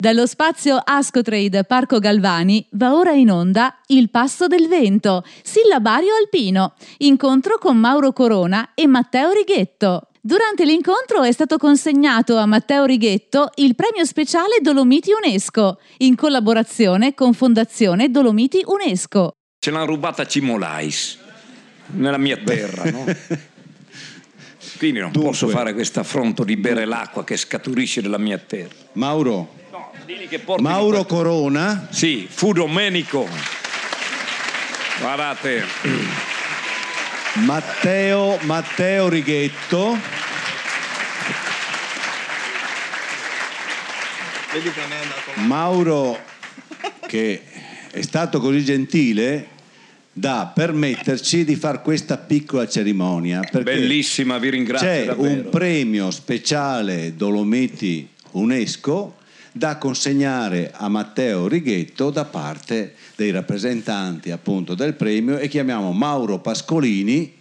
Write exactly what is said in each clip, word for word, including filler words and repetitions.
Dallo spazio Ascotrade Parco Galvani va ora in onda Il Passo del Vento, sillabario alpino, incontro con Mauro Corona e Matteo Righetto. Durante l'incontro è stato consegnato a Matteo Righetto il premio speciale Dolomiti UNESCO, in collaborazione con Fondazione Dolomiti UNESCO. Ce l'hanno rubata Cimolais, nella mia terra, no? Quindi non Dunque. posso fare questo affronto di bere l'acqua che scaturisce dalla mia terra. Mauro. Mauro Corona. Sì, fu Domenico. Guardate. Matteo, Matteo Righetto. Mauro, che è stato così gentile da permetterci di fare questa piccola cerimonia. Bellissima, vi ringrazio. C'è davvero. un premio speciale Dolomiti UNESCO da consegnare a Matteo Righetto da parte dei rappresentanti appunto del premio, e chiamiamo Mauro Pascolini,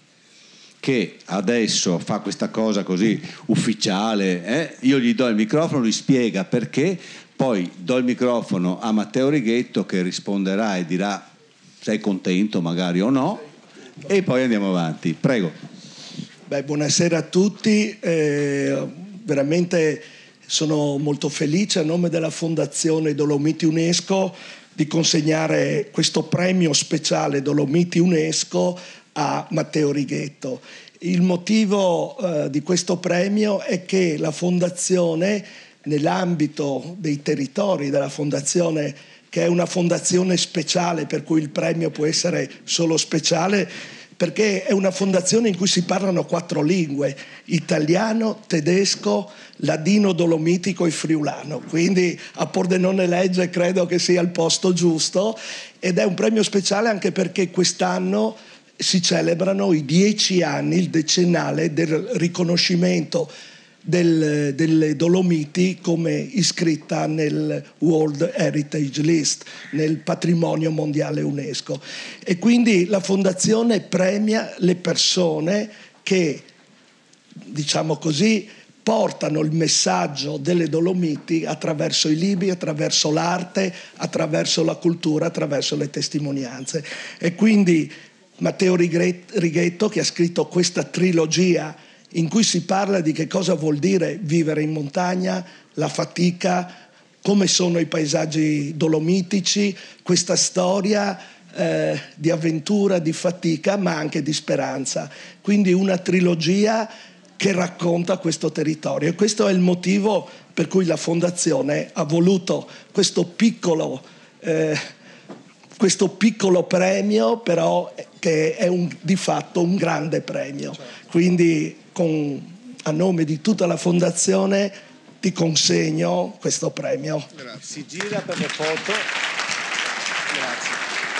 che adesso fa questa cosa così ufficiale, eh? Io gli do il microfono, lui spiega perché, poi do il microfono a Matteo Righetto che risponderà e dirà sei contento magari o no, e poi andiamo avanti. Prego. Beh, buonasera a tutti, eh, veramente sono molto felice a nome della Fondazione Dolomiti UNESCO di consegnare questo premio speciale Dolomiti UNESCO a Matteo Righetto. Il motivo eh, di questo premio è che la Fondazione, nell'ambito dei territori della Fondazione, che è una fondazione speciale per cui il premio può essere solo speciale, perché è una fondazione in cui si parlano quattro lingue: italiano, tedesco, ladino, dolomitico e friulano. Quindi a Pordenone Legge credo che sia il posto giusto, ed è un premio speciale anche perché quest'anno si celebrano i dieci anni, il decennale del riconoscimento Del, delle Dolomiti come iscritta nel World Heritage List, nel patrimonio mondiale UNESCO, e quindi la fondazione premia le persone che, diciamo così, portano il messaggio delle Dolomiti attraverso i libri, attraverso l'arte, attraverso la cultura, attraverso le testimonianze. E quindi Matteo Righetto, che ha scritto questa trilogia in cui si parla di che cosa vuol dire vivere in montagna, la fatica, come sono i paesaggi dolomitici, questa storia eh, di avventura, di fatica, ma anche di speranza. Quindi una trilogia che racconta questo territorio. E questo è il motivo per cui la Fondazione ha voluto questo piccolo, eh, questo piccolo premio, però che è un, di fatto un grande premio. Quindi Con, a nome di tutta la Fondazione ti consegno questo premio. Grazie. Si gira per le foto. Grazie.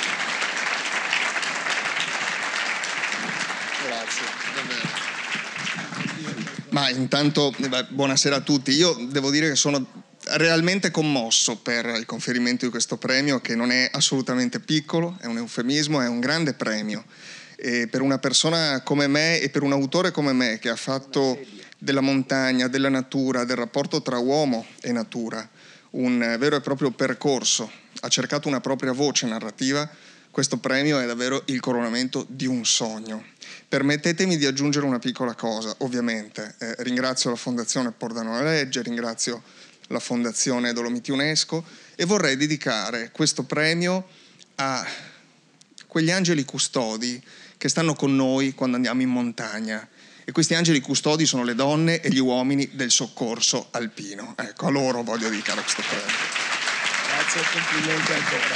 Grazie, davvero. Ma intanto, beh, buonasera a tutti. Io devo dire che sono realmente commosso per il conferimento di questo premio, che non è assolutamente piccolo, è un eufemismo, è un grande premio. E per una persona come me e per un autore come me, che ha fatto della montagna, della natura, del rapporto tra uomo e natura un vero e proprio percorso, ha cercato una propria voce narrativa, questo premio è davvero il coronamento di un sogno. Permettetemi di aggiungere una piccola cosa, ovviamente. Eh, ringrazio la Fondazione Pordenone Legge, ringrazio la Fondazione Dolomiti UNESCO, e vorrei dedicare questo premio a quegli angeli custodi che stanno con noi quando andiamo in montagna, e questi angeli custodi sono le donne e gli uomini del soccorso alpino. Ecco, a loro voglio dedicare questo premio. Grazie, complimenti ancora.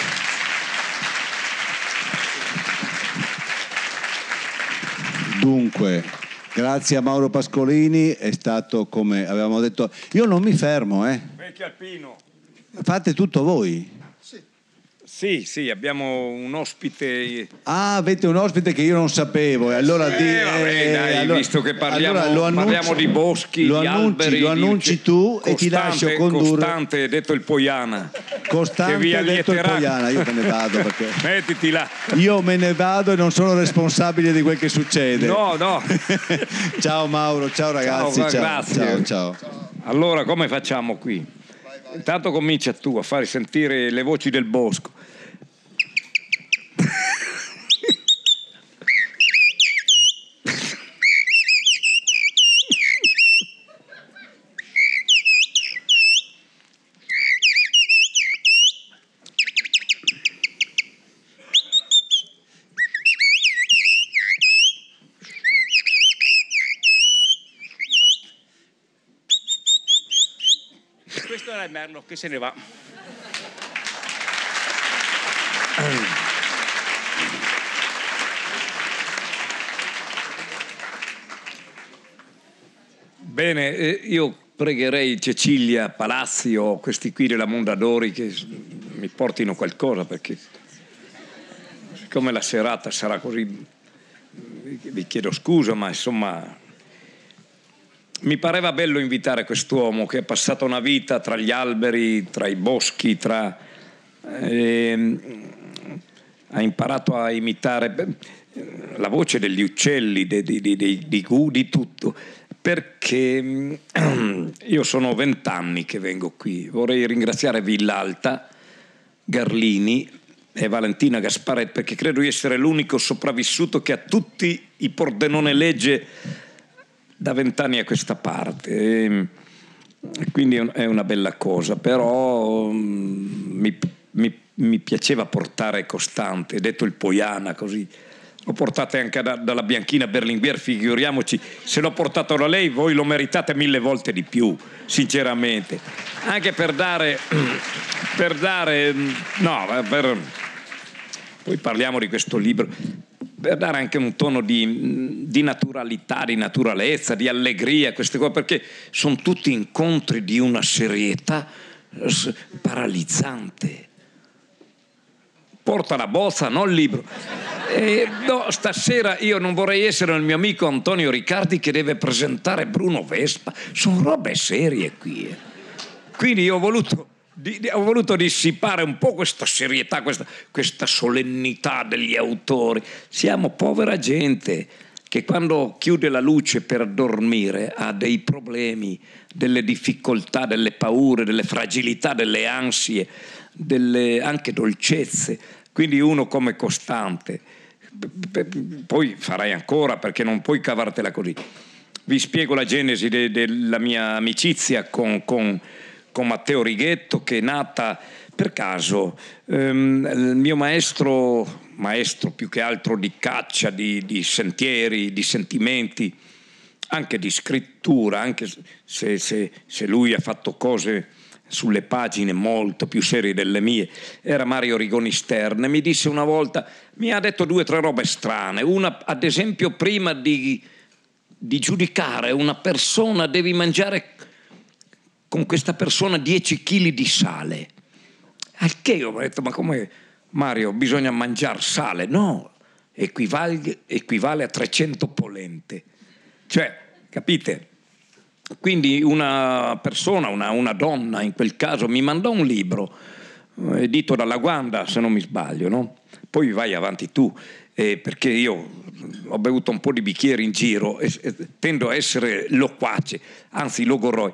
Dunque, grazie a Mauro Pascolini, è stato come avevamo detto. Io non mi fermo, eh. Vecchio alpino. Fate tutto voi. Sì, sì, abbiamo un ospite. Ah, avete un ospite che io non sapevo, e allora eh, di, vabbè, dai, allora, visto che parliamo, allora lo annunci, parliamo di boschi, lo di annunci, alberi, lo annunci di, tu Costante, e ti lascio condurre. Costante, detto il Poiana. Costante, vi detto il allieterà. Poiana. Io me ne vado perché mettiti là. Io me ne vado e non sono responsabile di quel che succede. No, no. Ciao Mauro, ciao ragazzi, ciao, ciao, grazie. ciao, ciao. Allora, come facciamo qui? Intanto comincia tu a fare sentire le voci del bosco. Questo era il merlo che se ne va. Bene, io pregherei Cecilia Palazzi o questi qui della Mondadori che mi portino qualcosa, perché siccome la serata sarà così, vi chiedo scusa, ma insomma mi pareva bello invitare quest'uomo che ha passato una vita tra gli alberi, tra i boschi, tra, eh, ha imparato a imitare la voce degli uccelli, di, di, di, di, di, di tutto, perché io sono vent'anni che vengo qui. Vorrei ringraziare Villalta, Garlini e Valentina Gasparetti, perché credo di essere l'unico sopravvissuto che a tutti i Pordenone legge da vent'anni a questa parte, e quindi è una bella cosa, però mi, mi, mi piaceva portare Costante, detto il Poiana, così l'ho portata anche da, dalla Bianchina Berlinguer, figuriamoci, se l'ho portato da lei voi lo meritate mille volte di più, sinceramente, anche per dare per dare no, per, poi parliamo di questo libro, per dare anche un tono di, di naturalità, di naturalezza, di allegria, queste cose, perché sono tutti incontri di una serietà paralizzante. Porta la bozza, non il libro. E, no, stasera io non vorrei essere il mio amico Antonio Riccardi che deve presentare Bruno Vespa. Sono robe serie qui. Eh. Quindi io ho voluto... Di, di, ho voluto dissipare un po' questa serietà, questa, questa solennità degli autori. Siamo povera gente che quando chiude la luce per dormire ha dei problemi, delle difficoltà, delle paure, delle fragilità, delle ansie, delle anche dolcezze. Quindi uno come Costante, poi farai ancora perché non puoi cavartela così. Vi spiego la genesi de, della mia amicizia con, con con Matteo Righetto, che è nata per caso. Um, il mio maestro, maestro più che altro di caccia, di, di sentieri, di sentimenti, anche di scrittura, anche se, se, se lui ha fatto cose sulle pagine molto più serie delle mie, era Mario Rigoni Stern, e mi disse una volta, mi ha detto due o tre robe strane. Una, ad esempio, prima di, di giudicare una persona devi mangiare con questa persona dieci chili di sale. Al che io ho detto, ma come, Mario, bisogna mangiare sale? No, equivale, equivale a trecento polente. Cioè, capite? Quindi una persona, una, una donna in quel caso, mi mandò un libro, edito dalla Guanda, se non mi sbaglio, no? Poi vai avanti tu, eh, perché io ho bevuto un po' di bicchieri in giro e, e tendo a essere loquace, anzi logorroi.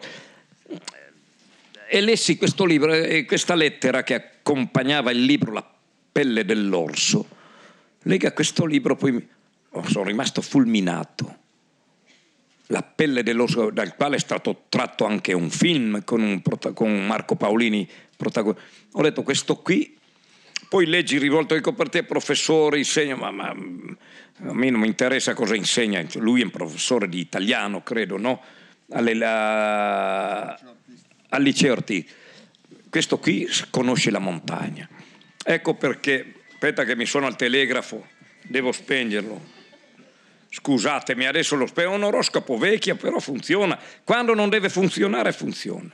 E lessi questo libro e questa lettera che accompagnava il libro, La pelle dell'orso. Lega questo libro, poi oh, sono rimasto fulminato. La pelle dell'orso, dal quale è stato tratto anche un film con, un, con Marco Paolini protagonista. Ho detto, questo qui, poi leggi rivolto ai coperti, professore, insegna, ma, ma a me non mi interessa cosa insegna, lui è un professore di italiano, credo, no? Alle, la, al liceo Ortiz. Questo qui conosce la montagna. Ecco perché, aspetta che mi suona al telegrafo, devo spegnerlo. Scusatemi, adesso lo spengo, è un oroscopo vecchio, però funziona. Quando non deve funzionare, funziona.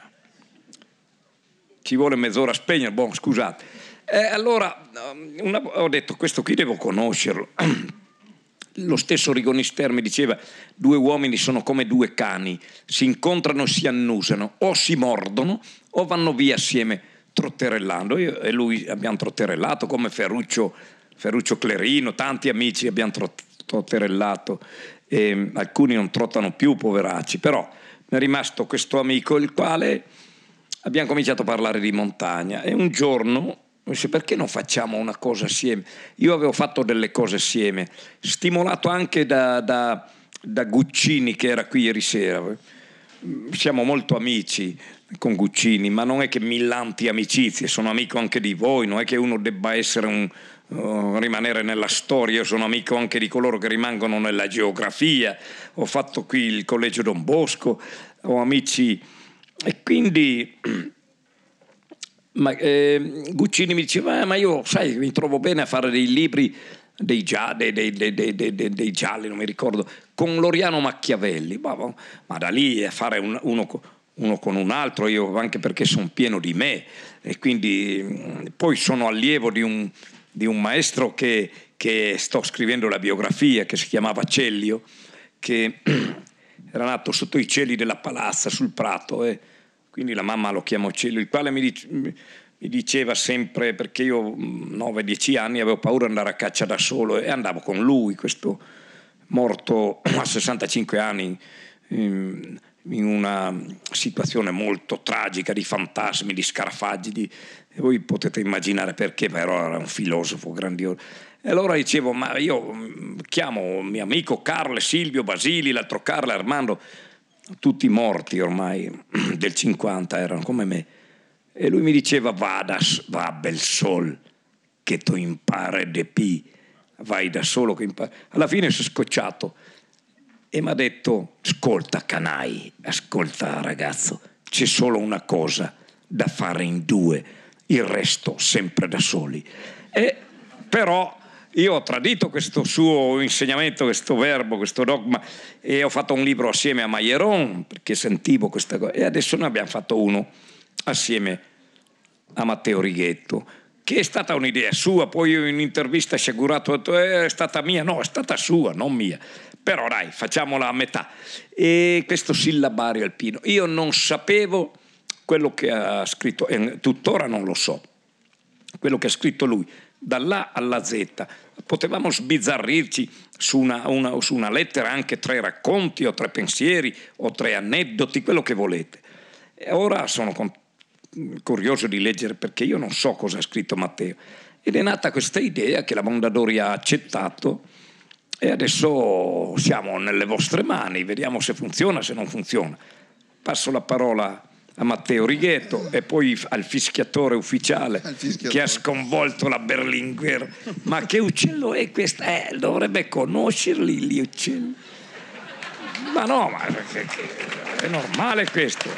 Ci vuole mezz'ora a spegnere, boh, scusate. Eh, allora, una, ho detto, questo qui devo conoscerlo. Lo stesso Rigoni Stern mi diceva, due uomini sono come due cani, si incontrano, si annusano, o si mordono o vanno via assieme trotterellando. Io e lui abbiamo trotterellato come Ferruccio, Ferruccio Clerino, tanti amici abbiamo trotterellato, e alcuni non trottano più, poveracci, però mi è rimasto questo amico il quale abbiamo cominciato a parlare di montagna e un giorno mi disse: perché non facciamo una cosa assieme? Io avevo fatto delle cose assieme, stimolato anche da, da, da Guccini, che era qui ieri sera. Siamo molto amici con Guccini, ma non è che millanti amicizie, sono amico anche di voi, non è che uno debba essere un, uh, rimanere nella storia. Io sono amico anche di coloro che rimangono nella geografia, ho fatto qui il Collegio Don Bosco, ho amici, e quindi ma, eh, Guccini mi diceva: eh, ma io sai, mi trovo bene a fare dei libri, dei, gia, dei, dei, dei, dei, dei, dei gialli, non mi ricordo, con Loriano Machiavelli, ma, ma da lì a fare un, uno, uno con un altro, io anche perché sono pieno di me, e quindi poi sono allievo di un, di un maestro che, che sto scrivendo la biografia, che si chiamava Cellio, che era nato sotto i cieli della Palazza sul Prato, e quindi la mamma lo chiamò Cellio, il quale mi, dice, mi diceva sempre, perché io nove dieci anni avevo paura di andare a caccia da solo e andavo con lui, questo morto a sessantacinque anni in una situazione molto tragica di fantasmi, di scarafaggi, di, e voi potete immaginare perché, però era un filosofo grandioso. E allora dicevo: ma io chiamo mio amico Carlo, Silvio, Basili, l'altro Carlo, Armando, tutti morti ormai, del cinquanta erano come me, e lui mi diceva: vadas, va bel sol, che tu impari de pi, vai da solo che impari. Alla fine si è scocciato e mi ha detto: ascolta canai, ascolta ragazzo, c'è solo una cosa da fare in due, il resto sempre da soli. E però io ho tradito questo suo insegnamento, questo verbo, questo dogma, e ho fatto un libro assieme a Maieron, perché sentivo questa cosa, e adesso ne abbiamo fatto uno assieme a Matteo Righetto, che è stata un'idea sua. Poi io in un'intervista sciagurato ho detto: è stata mia. No, è stata sua, non mia, però dai, facciamola a metà. E questo sillabario alpino, io non sapevo quello che ha scritto, e tuttora non lo so, quello che ha scritto lui, dall'A alla Z. Potevamo sbizzarrirci su una, una, su una lettera anche tre racconti o tre pensieri o tre aneddoti, quello che volete. E ora sono con, curioso di leggere, perché io non so cosa ha scritto Matteo, ed è nata questa idea che la Mondadori ha accettato, e adesso siamo nelle vostre mani, vediamo se funziona, se non funziona. Passo la parola a Matteo Righetto e poi al fischiatore ufficiale, fischiatore, che ha sconvolto la Berlinguer. Ma che uccello è questo? Eh, dovrebbe conoscerli gli uccelli. Ma no, ma è normale questo.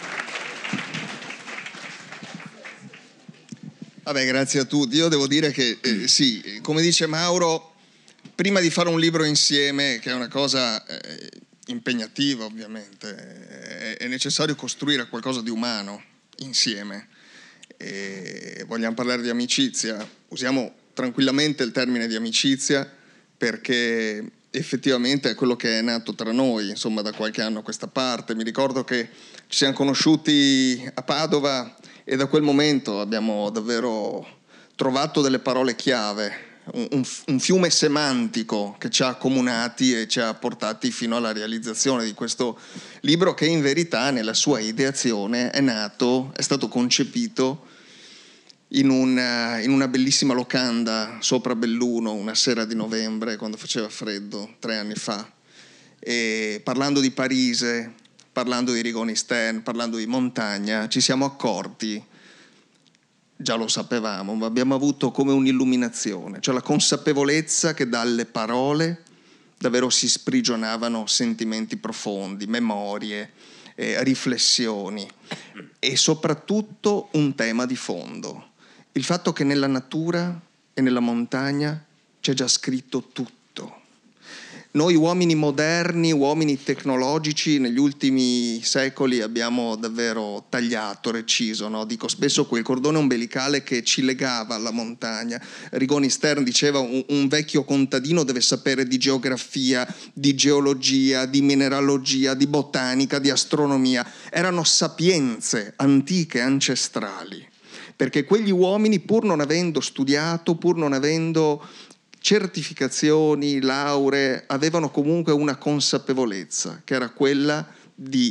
Vabbè, grazie a tutti. Io devo dire che eh, sì, come dice Mauro, prima di fare un libro insieme, che è una cosa eh, impegnativa ovviamente, è necessario costruire qualcosa di umano insieme. E vogliamo parlare di amicizia, usiamo tranquillamente il termine di amicizia, perché effettivamente è quello che è nato tra noi, insomma, da qualche anno a questa parte. Mi ricordo che ci siamo conosciuti a Padova e da quel momento abbiamo davvero trovato delle parole chiave, Un, un fiume semantico che ci ha accomunati e ci ha portati fino alla realizzazione di questo libro, che in verità nella sua ideazione è nato, è stato concepito in una, in una bellissima locanda sopra Belluno una sera di novembre, quando faceva freddo, tre anni fa, e parlando di Parise, parlando di Rigoni Stern, parlando di montagna, ci siamo accorti, già lo sapevamo, ma abbiamo avuto come un'illuminazione, cioè la consapevolezza che dalle parole davvero si sprigionavano sentimenti profondi, memorie, eh, riflessioni e soprattutto un tema di fondo, il fatto che nella natura e nella montagna c'è già scritto tutto. Noi uomini moderni, uomini tecnologici, negli ultimi secoli abbiamo davvero tagliato, reciso, no? Dico spesso quel cordone ombelicale che ci legava alla montagna. Rigoni Stern diceva: un, un vecchio contadino deve sapere di geografia, di geologia, di mineralogia, di botanica, di astronomia. Erano sapienze antiche, ancestrali, perché quegli uomini, pur non avendo studiato, pur non avendo certificazioni, lauree, avevano comunque una consapevolezza, che era quella di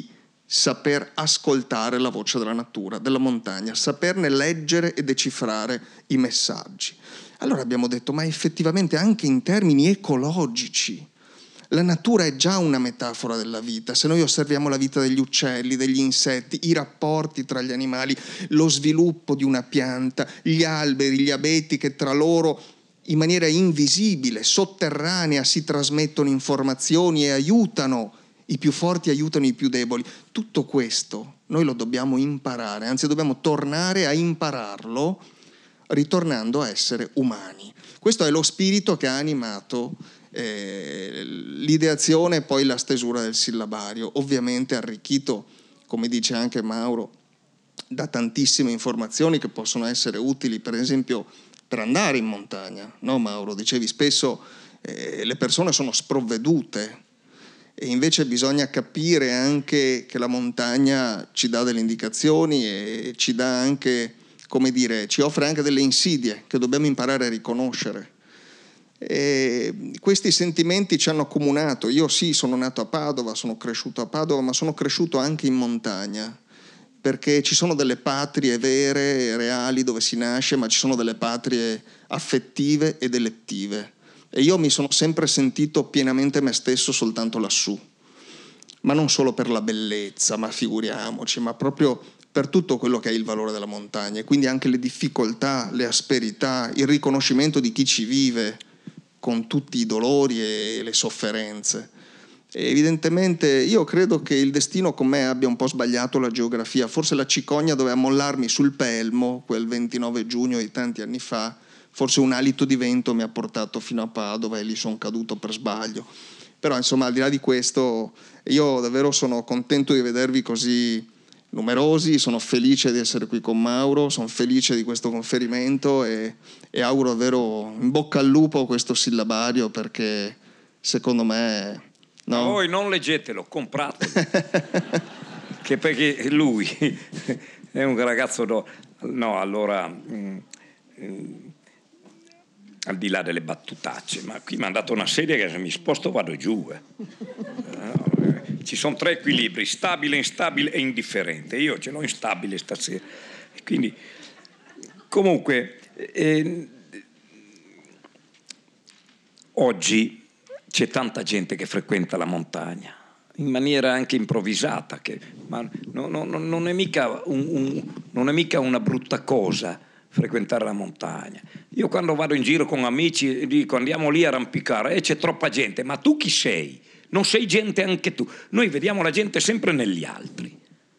saper ascoltare la voce della natura, della montagna, saperne leggere e decifrare i messaggi. Allora abbiamo detto, ma effettivamente anche in termini ecologici, la natura è già una metafora della vita. Se noi osserviamo la vita degli uccelli, degli insetti, i rapporti tra gli animali, lo sviluppo di una pianta, gli alberi, gli abeti che tra loro in maniera invisibile, sotterranea, si trasmettono informazioni e aiutano, i più forti aiutano i più deboli. Tutto questo noi lo dobbiamo imparare, anzi dobbiamo tornare a impararlo, ritornando a essere umani. Questo è lo spirito che ha animato eh, l'ideazione e poi la stesura del sillabario, ovviamente arricchito, come dice anche Mauro, da tantissime informazioni che possono essere utili, per esempio, per andare in montagna. No, Mauro? Dicevi spesso eh, le persone sono sprovvedute e invece bisogna capire anche che la montagna ci dà delle indicazioni e ci dà anche, come dire, ci offre anche delle insidie che dobbiamo imparare a riconoscere. E questi sentimenti ci hanno accomunato. Io sì, sono nato a Padova, sono cresciuto a Padova, ma sono cresciuto anche in montagna, perché ci sono delle patrie vere e reali dove si nasce, ma ci sono delle patrie affettive ed elettive. E io mi sono sempre sentito pienamente me stesso soltanto lassù, ma non solo per la bellezza, ma figuriamoci, ma proprio per tutto quello che è il valore della montagna, e quindi anche le difficoltà, le asperità, il riconoscimento di chi ci vive con tutti i dolori e le sofferenze. E evidentemente io credo che il destino con me abbia un po' sbagliato la geografia. Forse la cicogna doveva mollarmi sul Pelmo quel ventinove giugno di tanti anni fa, forse un alito di vento mi ha portato fino a Padova e lì sono caduto per sbaglio. Però insomma, al di là di questo, io davvero sono contento di vedervi così numerosi, sono felice di essere qui con Mauro, sono felice di questo conferimento e, e auguro davvero in bocca al lupo questo sillabario, perché secondo me... No? Ma voi non leggetelo, compratelo. Che perché lui è un ragazzo... No, no allora... Mh, mh, al di là delle battutacce, ma qui mi hanno dato una sedia che se mi sposto vado giù. Eh. Ci sono tre equilibri: stabile, instabile e indifferente. Io ce l'ho instabile stasera. Quindi, comunque, eh, oggi c'è tanta gente che frequenta la montagna in maniera anche improvvisata, che, ma no, no, no, non è mica un, un, non è mica una brutta cosa frequentare la montagna. Io quando vado in giro con amici dico andiamo lì a arrampicare e eh, c'è troppa gente, ma tu chi sei? Non sei gente anche tu? Noi vediamo la gente sempre negli altri.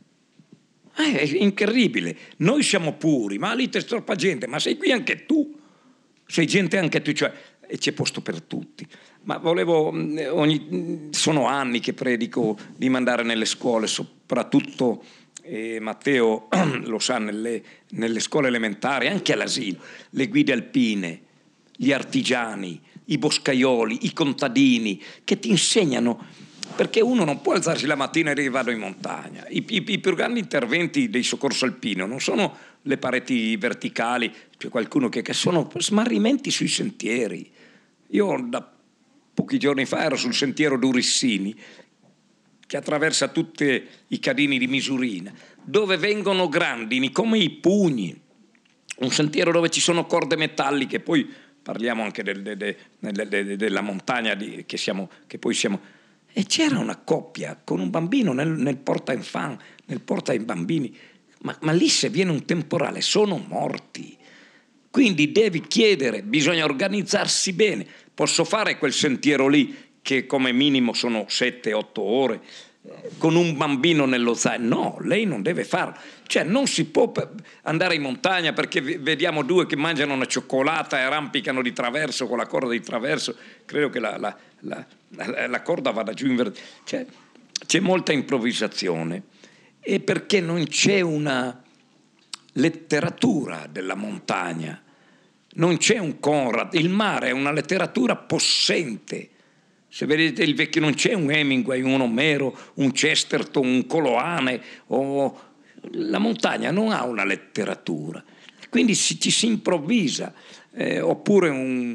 Eh, è incredibile. Noi siamo puri, ma lì c'è troppa gente, ma sei qui anche tu? Sei gente anche tu, cioè, e c'è posto per tutti. Ma volevo, ogni, sono anni che predico di mandare nelle scuole, soprattutto eh, Matteo lo sa, nelle, nelle scuole elementari, anche all'asilo, le guide alpine, gli artigiani, i boscaioli, i contadini, che ti insegnano, perché uno non può alzarsi la mattina e dire vado in montagna. I, i, i più grandi interventi dei soccorso alpino non sono le pareti verticali, c'è qualcuno che, che sono smarrimenti sui sentieri. Io da pochi giorni fa ero sul sentiero d'Urissini, che attraversa tutti i cadini di Misurina, dove vengono grandini come i pugni, un sentiero dove ci sono corde metalliche. Poi parliamo anche del, de, de, de, de, della montagna di, che, siamo, che poi siamo, e c'era una coppia con un bambino nel, nel porta infant, nel porta ai bambini, ma, ma lì se viene un temporale sono morti. Quindi devi chiedere, bisogna organizzarsi bene. Posso fare quel sentiero lì che come minimo sono sette otto ore con un bambino nello zaino? No, lei non deve farlo. Cioè non si può andare in montagna perché vediamo due che mangiano una cioccolata e arrampicano di traverso con la corda di traverso. Credo che la, la, la, la, la corda vada giù in verde. Cioè, c'è molta improvvisazione, e perché non c'è una letteratura della montagna, non c'è un Conrad. Il mare è una letteratura possente. Se vedete il vecchio, non c'è un Hemingway, un Omero, un Chesterton, un Coloane, o... la montagna non ha una letteratura, quindi si, ci si improvvisa, eh, oppure un,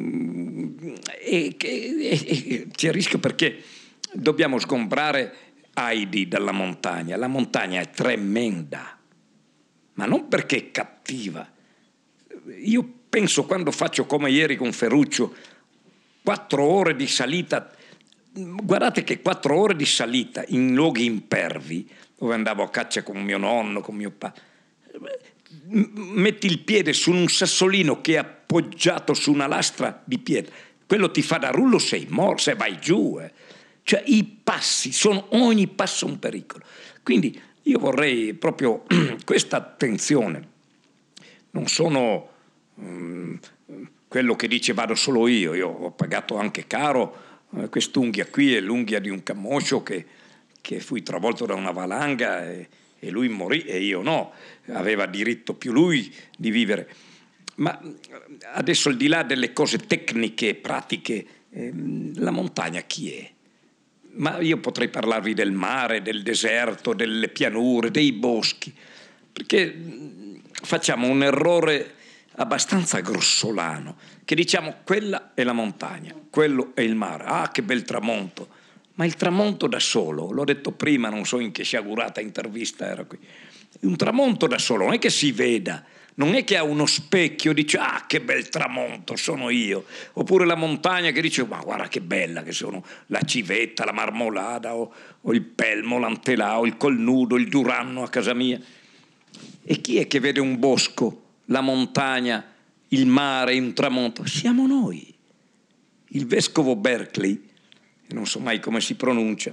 um, e, e, e, c'è il rischio, perché dobbiamo sgombrare Heidi dalla montagna. La montagna è tremenda, ma non perché è cattiva. Io penso, quando faccio come ieri con Ferruccio, quattro ore di salita, guardate che quattro ore di salita in luoghi impervi, dove andavo a caccia con mio nonno, con mio padre, metti il piede su un sassolino che è appoggiato su una lastra di pietra, quello ti fa da rullo, sei morto, se vai giù. Eh. Cioè i passi, sono ogni passo un pericolo. Quindi io vorrei proprio questa attenzione. Non sono um, quello che dice vado solo io, io ho pagato anche caro eh, quest'unghia qui, è l'unghia di un camoscio che, che fui travolto da una valanga e, e lui morì e io no, aveva diritto più lui di vivere. Ma adesso, al di là delle cose tecniche e pratiche, ehm, la montagna chi è? Ma io potrei parlarvi del mare, del deserto, delle pianure, dei boschi, perché facciamo un errore abbastanza grossolano, che diciamo quella è la montagna, quello è il mare, ah che bel tramonto, ma il tramonto da solo, l'ho detto prima, non so in che sciagurata intervista era qui, un tramonto da solo non è che si veda, non è che ha uno specchio, dice ah che bel tramonto sono io, oppure la montagna che dice ma guarda che bella che sono la civetta, la marmolada o, o il pelmo, l'antelà o il colnudo, il duranno a casa mia. E chi è che vede un bosco, la montagna, il mare, un tramonto? Siamo noi. Il vescovo Berkeley, non so mai come si pronuncia,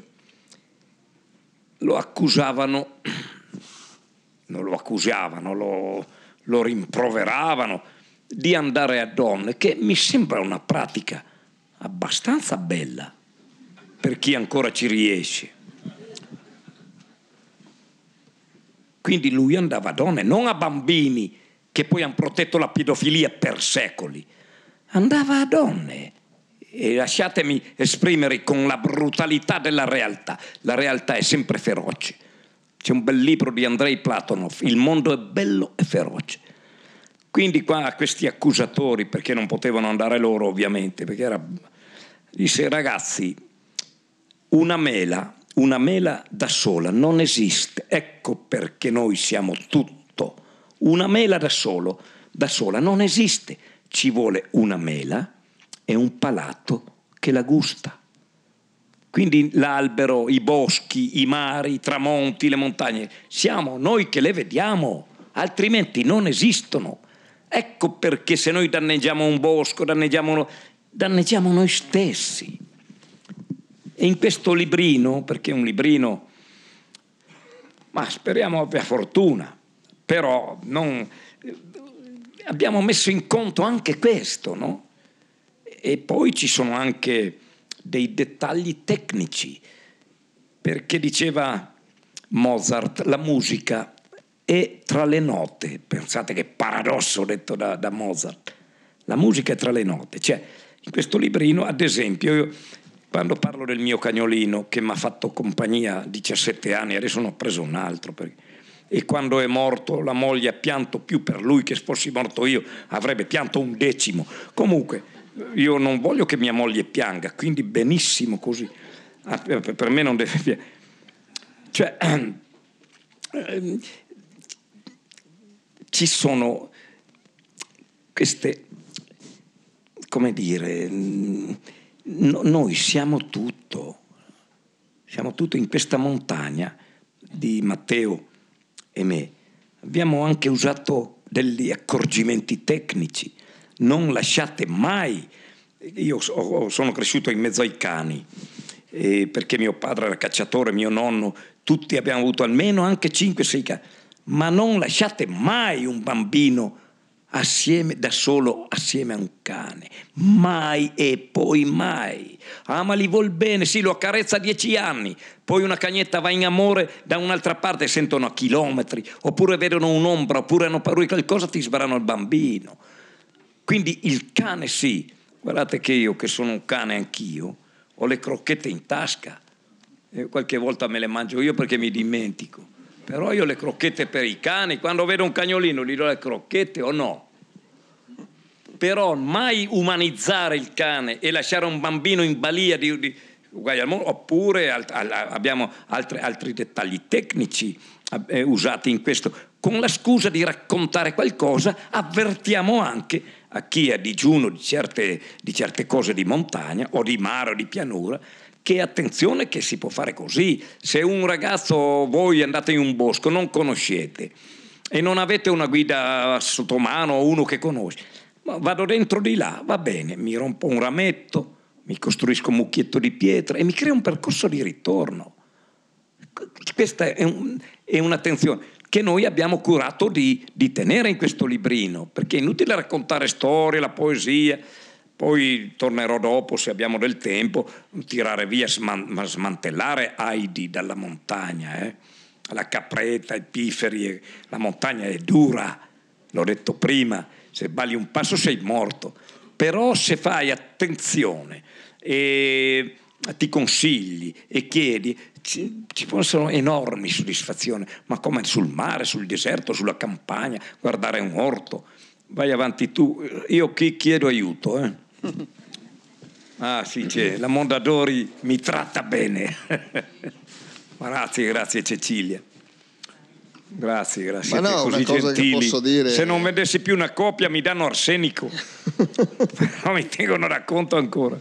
lo accusavano, non lo accusavano, lo, lo rimproveravano di andare a donne, che mi sembra una pratica abbastanza bella per chi ancora ci riesce. Quindi lui andava a donne, non a bambini che poi hanno protetto la pedofilia per secoli. Andava a donne. E lasciatemi esprimere con la brutalità della realtà. La realtà è sempre feroce. C'è un bel libro di Andrei Platonov, Il mondo è bello e feroce. Quindi qua questi accusatori, perché non potevano andare loro ovviamente, perché era... disse ragazzi, una mela... Una mela da sola non esiste, ecco perché noi siamo tutto. Una mela da solo, da sola non esiste, ci vuole una mela e un palato che la gusta. Quindi l'albero, i boschi, i mari, i tramonti, le montagne, siamo noi che le vediamo, altrimenti non esistono. Ecco perché se noi danneggiamo un bosco, danneggiamo, danneggiamo noi stessi. E in questo librino, perché è un librino, ma speriamo abbia fortuna, però non, abbiamo messo in conto anche questo, no? E poi ci sono anche dei dettagli tecnici, perché diceva Mozart, la musica è tra le note. Pensate che paradosso detto da, da Mozart. La musica è tra le note. Cioè, in questo librino, ad esempio, io, quando parlo del mio cagnolino che mi ha fatto compagnia diciassette anni, adesso ne ho preso un altro, perché, e quando è morto la moglie ha pianto più per lui che se fossi morto io avrebbe pianto un decimo. Comunque io non voglio che mia moglie pianga, quindi benissimo così. Per me non deve... Cioè, ehm, ci sono queste, come dire... No, noi siamo tutto, siamo tutto in questa montagna di Matteo e me. Abbiamo anche usato degli accorgimenti tecnici. Non lasciate mai, io sono cresciuto in mezzo ai cani, eh, perché mio padre era cacciatore, mio nonno, tutti abbiamo avuto almeno anche cinque sei cani, ma non lasciate mai un bambino assieme, da solo assieme a un cane, mai e poi mai. Ah, ma gli vuol bene, sì, lo accarezza a dieci anni, poi una cagnetta va in amore da un'altra parte, sentono a chilometri, oppure vedono un'ombra, oppure hanno paura di qualcosa, ti sbarano il bambino. Quindi il cane sì, guardate che io che sono un cane anch'io, ho le crocchette in tasca, e qualche volta me le mangio io perché mi dimentico, però io le crocchette per i cani, quando vedo un cagnolino gli do le crocchette o no? Però mai umanizzare il cane e lasciare un bambino in balia di, di uguali al mondo, oppure al, al, abbiamo altri, altri dettagli tecnici eh, usati in questo. Con la scusa di raccontare qualcosa avvertiamo anche a chi è a digiuno di certe, di certe cose di montagna o di mare o di pianura, che attenzione che si può fare così. Se un ragazzo, voi andate in un bosco, non conoscete e non avete una guida sotto mano o uno che conosce, ma vado dentro di là, va bene, mi rompo un rametto, mi costruisco un mucchietto di pietra e mi creo un percorso di ritorno. Questa è, un, è un'attenzione che noi abbiamo curato di, di tenere in questo librino, perché è inutile raccontare storie, la poesia, poi tornerò dopo se abbiamo del tempo, tirare via, sman, smantellare Heidi dalla montagna, eh? La capretta, i pifferi, la montagna è dura, l'ho detto prima, se sbagli un passo sei morto, però se fai attenzione e ti consigli e chiedi, ci, ci possono enormi soddisfazioni, ma come sul mare, sul deserto, sulla campagna, guardare un orto. Vai avanti tu, io chi chiedo aiuto, eh? Ah sì, c'è, la Mondadori mi tratta bene. Grazie, grazie Cecilia. Grazie, grazie. Ma no, così una cosa gentili. che posso dire... Se non vedessi più una coppia mi danno arsenico. Però mi tengono da conto ancora.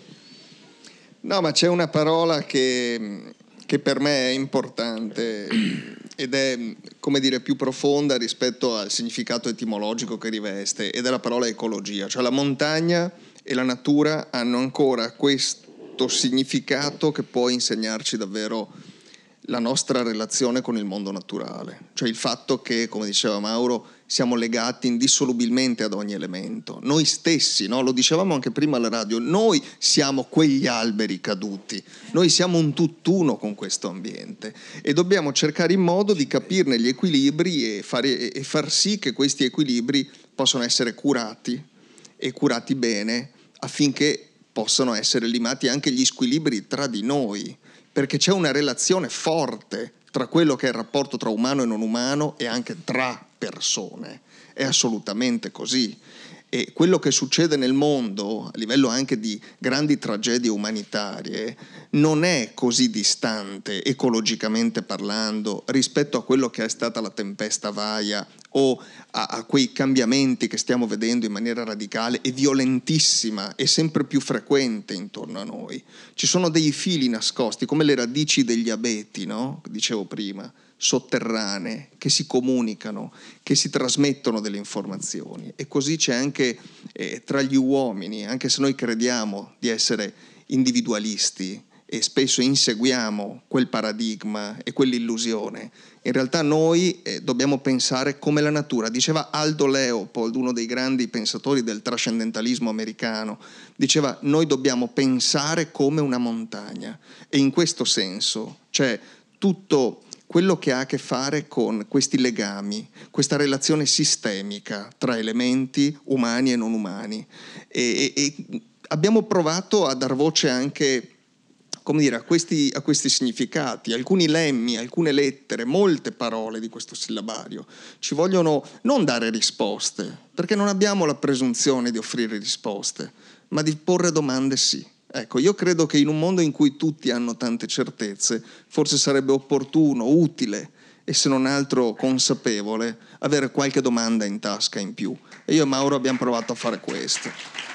No, ma c'è una parola che, che per me è importante ed è, come dire, più profonda rispetto al significato etimologico che riveste, ed è la parola ecologia. Cioè la montagna e la natura hanno ancora questo significato che può insegnarci davvero la nostra relazione con il mondo naturale, cioè il fatto che, come diceva Mauro, siamo legati indissolubilmente ad ogni elemento. Noi stessi, no? Lo dicevamo anche prima alla radio, noi siamo quegli alberi caduti, noi siamo un tutt'uno con questo ambiente e dobbiamo cercare in modo di capirne gli equilibri e, fare, e far sì che questi equilibri possano essere curati e curati bene affinché possano essere limati anche gli squilibri tra di noi, perché c'è una relazione forte tra quello che è il rapporto tra umano e non umano e anche tra persone. È assolutamente così. E quello che succede nel mondo, a livello anche di grandi tragedie umanitarie, non è così distante, ecologicamente parlando, rispetto a quello che è stata la tempesta Vaia o a, a quei cambiamenti che stiamo vedendo in maniera radicale e violentissima e sempre più frequente intorno a noi. Ci sono dei fili nascosti, come le radici degli abeti, no? Dicevo prima, sotterranee, che si comunicano, che si trasmettono delle informazioni. E così c'è anche eh, tra gli uomini, anche se noi crediamo di essere individualisti e spesso inseguiamo quel paradigma e quell'illusione, in realtà noi eh, dobbiamo pensare come la natura. Diceva Aldo Leopold, uno dei grandi pensatori del trascendentalismo americano, diceva: noi dobbiamo pensare come una montagna, e in questo senso c'è tutto quello che ha a che fare con questi legami, questa relazione sistemica tra elementi umani e non umani. E, e, e abbiamo provato a dar voce anche, come dire, a questi, a questi significati, alcuni lemmi, alcune lettere, molte parole di questo sillabario. Ci vogliono non dare risposte, perché non abbiamo la presunzione di offrire risposte, ma di porre domande sì. Ecco, io credo che in un mondo in cui tutti hanno tante certezze, forse sarebbe opportuno, utile e se non altro consapevole avere qualche domanda in tasca in più. E io e Mauro abbiamo provato a fare questo.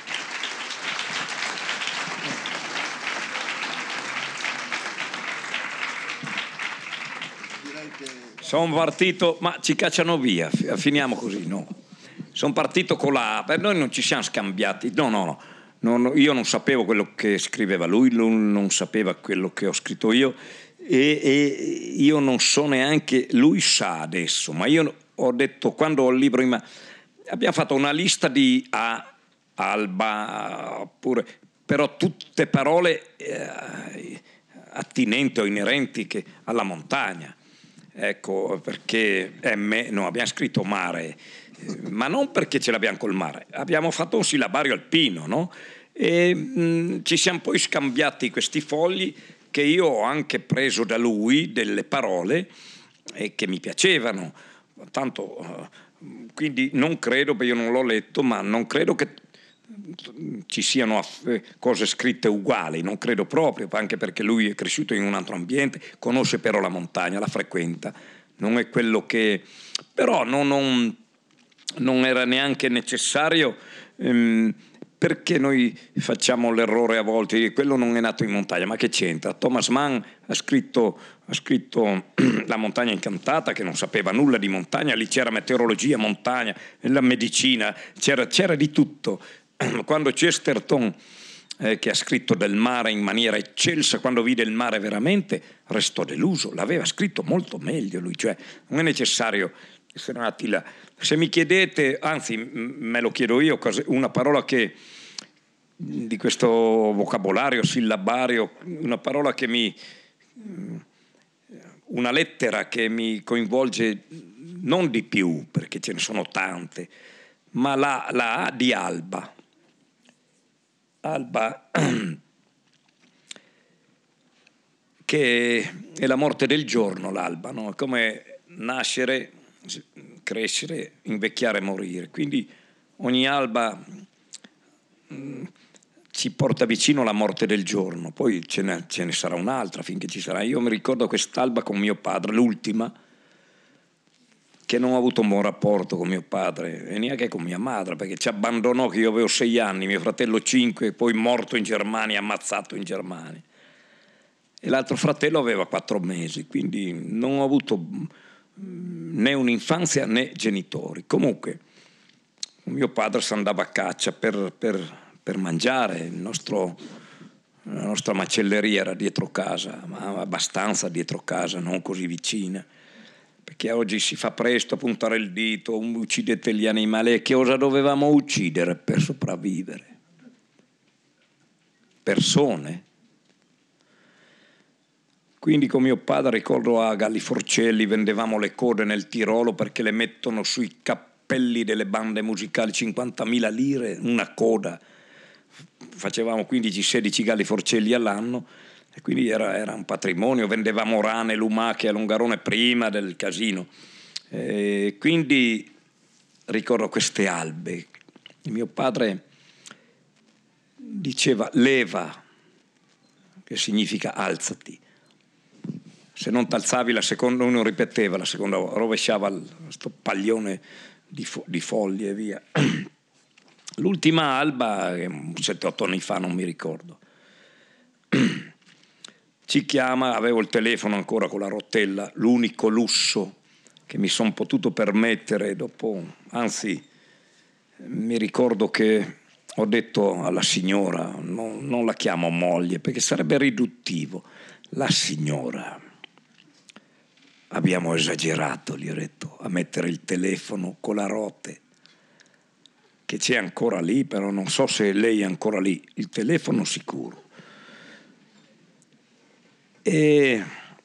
Sono partito, ma ci cacciano via, finiamo così, no? Sono partito con la... Per noi non ci siamo scambiati, no, no, no. Non, io non sapevo quello che scriveva lui, lui non sapeva quello che ho scritto io e, e io non so neanche, lui sa adesso, ma io ho detto quando ho il libro in mano, abbiamo fatto una lista di A, Alba, pure, però tutte parole eh, attinenti o inerenti che, alla montagna, ecco, perché M non abbiamo scritto mare, ma non perché ce l'abbiamo col mare, abbiamo fatto un sillabario alpino, no? E mh, ci siamo poi scambiati questi fogli che io ho anche preso da lui, delle parole e che mi piacevano, tanto uh, quindi non credo, perché io non l'ho letto, ma non credo che ci siano cose scritte uguali, non credo proprio, anche perché lui è cresciuto in un altro ambiente, conosce però la montagna, la frequenta, non è quello che... però non, non, non era neanche necessario, ehm, perché noi facciamo l'errore a volte, quello non è nato in montagna, ma che c'entra? Thomas Mann ha scritto, ha scritto La montagna incantata, che non sapeva nulla di montagna, lì c'era meteorologia, montagna, la medicina, c'era, c'era di tutto. Quando Chesterton, eh, che ha scritto del mare in maniera eccelsa, quando vide il mare veramente, restò deluso, l'aveva scritto molto meglio lui, cioè non è necessario essere nati là. Se mi chiedete, anzi me lo chiedo io, una parola che di questo vocabolario sillabario, una parola che mi, una lettera che mi coinvolge non di più, perché ce ne sono tante, ma la, la A di alba. Alba, che è la morte del giorno, l'alba, no? È come nascere, crescere, invecchiare e morire. Quindi ogni alba mh, ci porta vicino la morte del giorno, poi ce ne, ce ne sarà un'altra finché ci sarà. Io mi ricordo quest'alba con mio padre, l'ultima, che non ho avuto un buon rapporto con mio padre e neanche con mia madre, perché ci abbandonò che io avevo sei anni, mio fratello cinque, poi morto in Germania, ammazzato in Germania. E l'altro fratello aveva quattro mesi, quindi non ho avuto né un'infanzia né genitori. Comunque mio padre si andava a caccia per, per, per mangiare, il nostro, la nostra macelleria era dietro casa, ma abbastanza dietro casa, non così vicina, perché oggi si fa presto a puntare il dito, uccidete gli animali, e che cosa dovevamo uccidere per sopravvivere? Persone. Quindi con mio padre, ricordo, a Galliforcelli vendevamo le code nel Tirolo perché le mettono sui cappelli delle bande musicali, cinquantamila lire una coda. Facevamo quindici sedici Galliforcelli all'anno e quindi era, era un patrimonio. Vendevamo rane, lumache a Longarone prima del casino. E quindi ricordo queste albe. Mio padre diceva leva, che significa alzati. Se non t'alzavi la seconda, uno ripeteva la seconda, rovesciava questo paglione di, fo- di foglie e via. L'ultima alba, sette otto anni fa, non mi ricordo, ci chiama, avevo il telefono ancora con la rotella, l'unico lusso che mi sono potuto permettere dopo, anzi mi ricordo che ho detto alla signora, no, non la chiamo moglie perché sarebbe riduttivo, la signora. Abbiamo esagerato, gli ho detto, a mettere il telefono con la rote, che c'è ancora lì, però non so se lei è ancora lì, il telefono sicuro. E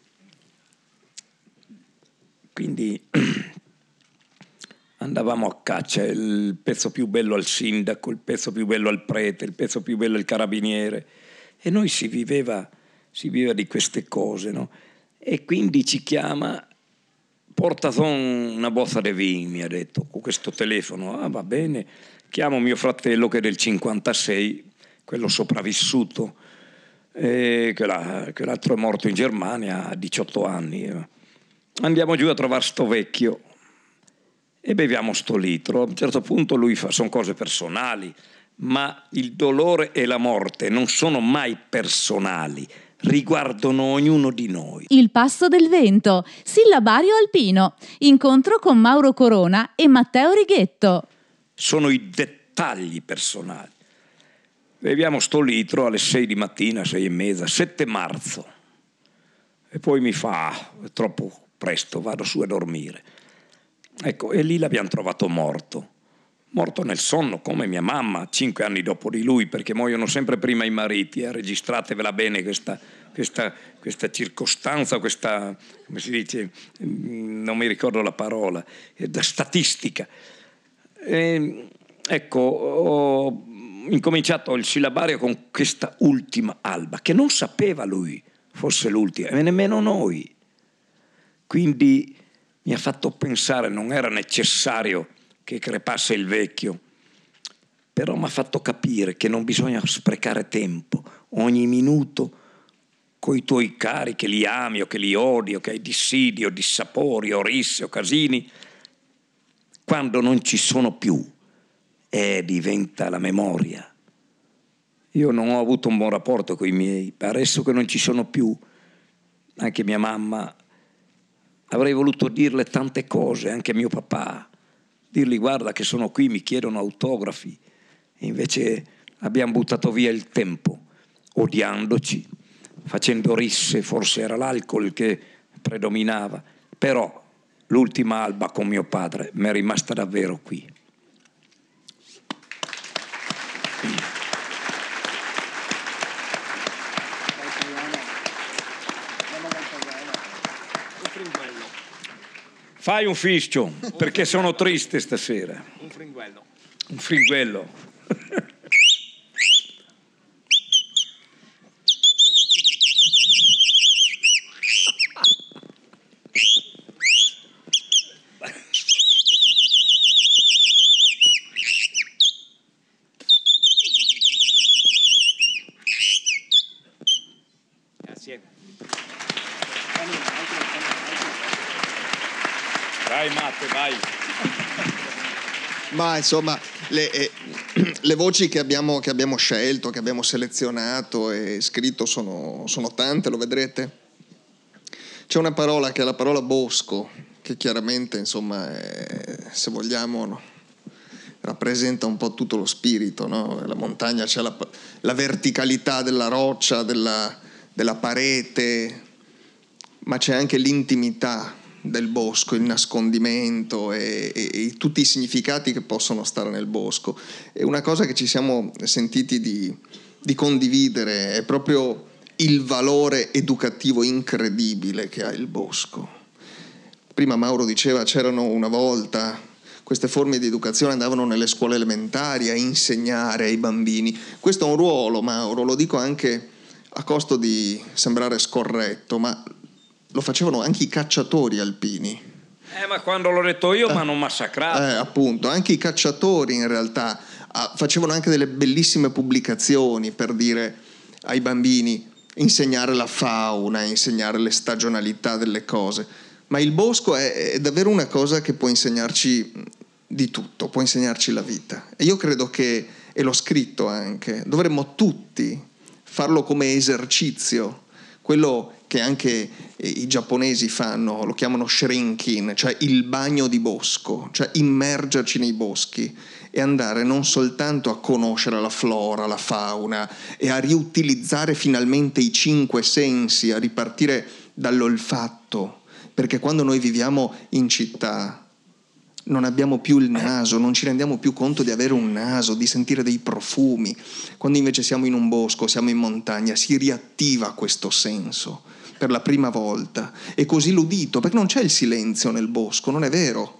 quindi andavamo a caccia, il pezzo più bello al sindaco, il pezzo più bello al prete, il pezzo più bello al carabiniere, e noi si viveva, si viveva di queste cose, no? E quindi ci chiama, porta una bozza di vino, mi ha detto, con questo telefono. Ah, va bene, chiamo mio fratello che è del cinquantasei, quello sopravvissuto, eh, che, la, che l'altro è morto in Germania a diciotto anni. Andiamo giù a trovare sto vecchio e beviamo sto litro. A un certo punto lui fa, sono cose personali, ma il dolore e la morte non sono mai personali, riguardano ognuno di noi. Il passo del vento, sillabario alpino, incontro con Mauro Corona e Matteo Righetto. Sono i dettagli personali. Beviamo sto litro alle sei di mattina, sei e mezza, sette marzo, e poi mi fa, ah, è troppo presto, vado su a dormire. Ecco, e lì l'abbiamo trovato morto. Morto nel sonno, come mia mamma, cinque anni dopo di lui, perché muoiono sempre prima i mariti, eh? Registratevela bene questa, questa, questa circostanza, questa, come si dice, non mi ricordo la parola, è da statistica. E, ecco, ho incominciato il sillabario con questa ultima alba, che non sapeva lui fosse l'ultima, e nemmeno noi. Quindi mi ha fatto pensare, non era necessario che crepasse il vecchio, però mi ha fatto capire che non bisogna sprecare tempo, ogni minuto coi tuoi cari che li ami o che li odi o che hai dissidi o dissapori o risse o casini, quando non ci sono più, eh, diventa la memoria. Io non ho avuto un buon rapporto con i miei, adesso che non ci sono più, anche mia mamma, avrei voluto dirle tante cose, anche mio papà, dirgli guarda che sono qui, mi chiedono autografi, e invece abbiamo buttato via il tempo, odiandoci, facendo risse, forse era l'alcol che predominava, però l'ultima alba con mio padre mi è rimasta davvero qui. Fai un fischio, perché sono triste stasera. Un fringuello. Un fringuello. Grazie. Vai Matte, vai. Ma insomma, le, eh, le voci che abbiamo, che abbiamo scelto, che abbiamo selezionato e scritto sono, sono tante, lo vedrete. C'è una parola che è la parola bosco, che chiaramente, insomma, è, se vogliamo, no, rappresenta un po' tutto lo spirito, no? La montagna c'è la, la verticalità della roccia, della, della parete, ma c'è anche l'intimità del bosco, il nascondimento e, e, e tutti i significati che possono stare nel bosco. E una cosa che ci siamo sentiti di, di condividere è proprio il valore educativo incredibile che ha il bosco. Prima Mauro diceva c'erano una volta queste forme di educazione, andavano nelle scuole elementari a insegnare ai bambini. Questo è un ruolo, Mauro, lo dico anche a costo di sembrare scorretto, ma lo facevano anche i cacciatori alpini. Eh, ma quando l'ho detto io mi hanno massacrato. Eh, appunto, anche i cacciatori in realtà ah, facevano anche delle bellissime pubblicazioni per dire ai bambini, insegnare la fauna, insegnare le stagionalità delle cose. Ma il bosco è, è davvero una cosa che può insegnarci di tutto, può insegnarci la vita. E io credo che, e l'ho scritto anche, dovremmo tutti farlo come esercizio, quello che anche i giapponesi fanno, lo chiamano shrinking, cioè il bagno di bosco, cioè immergerci nei boschi e andare non soltanto a conoscere la flora, la fauna e a riutilizzare finalmente i cinque sensi, a ripartire dall'olfatto, perché quando noi viviamo in città non abbiamo più il naso, non ci rendiamo più conto di avere un naso, di sentire dei profumi. Quando invece siamo in un bosco, siamo in montagna, si riattiva questo senso per la prima volta. E così l'udito, perché non c'è il silenzio nel bosco, non è vero.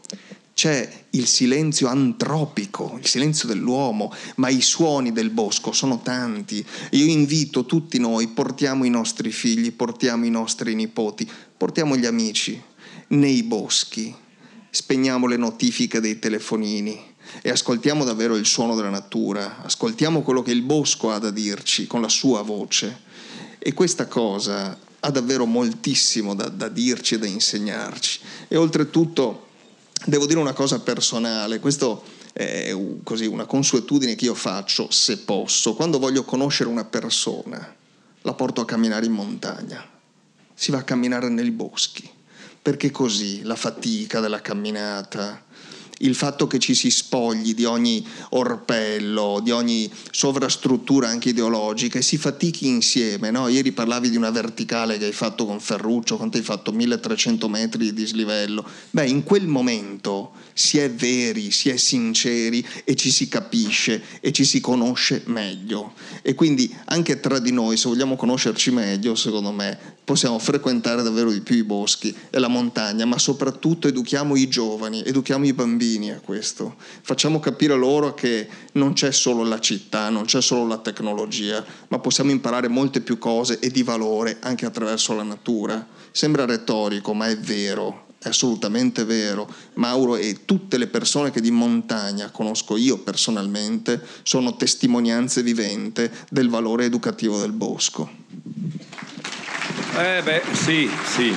C'è il silenzio antropico, il silenzio dell'uomo, ma i suoni del bosco sono tanti. Io invito tutti noi, portiamo i nostri figli, portiamo i nostri nipoti, portiamo gli amici nei boschi. Spegniamo le notifiche dei telefonini e ascoltiamo davvero il suono della natura, ascoltiamo quello che il bosco ha da dirci con la sua voce. E questa cosa ha davvero moltissimo da, da dirci e da insegnarci. E oltretutto devo dire una cosa personale, questo è così una consuetudine che io faccio se posso. Quando voglio conoscere una persona la porto a camminare in montagna, si va a camminare nei boschi. Perché così la fatica della camminata, il fatto che ci si spogli di ogni orpello, di ogni sovrastruttura anche ideologica e si fatichi insieme, no? Ieri parlavi di una verticale che hai fatto con Ferruccio, quanto hai fatto? milletrecento metri di dislivello. Beh, in quel momento si è veri, si è sinceri e ci si capisce e ci si conosce meglio. E quindi anche tra di noi, se vogliamo conoscerci meglio, secondo me, possiamo frequentare davvero di più i boschi e la montagna, ma soprattutto educhiamo i giovani, educhiamo i bambini a questo. Facciamo capire loro che non c'è solo la città, non c'è solo la tecnologia, ma possiamo imparare molte più cose e di valore anche attraverso la natura. Sembra retorico, ma è vero. è assolutamente vero. Mauro e tutte le persone che di montagna conosco io personalmente sono testimonianze viventi del valore educativo del bosco. Eh beh, sì, sì.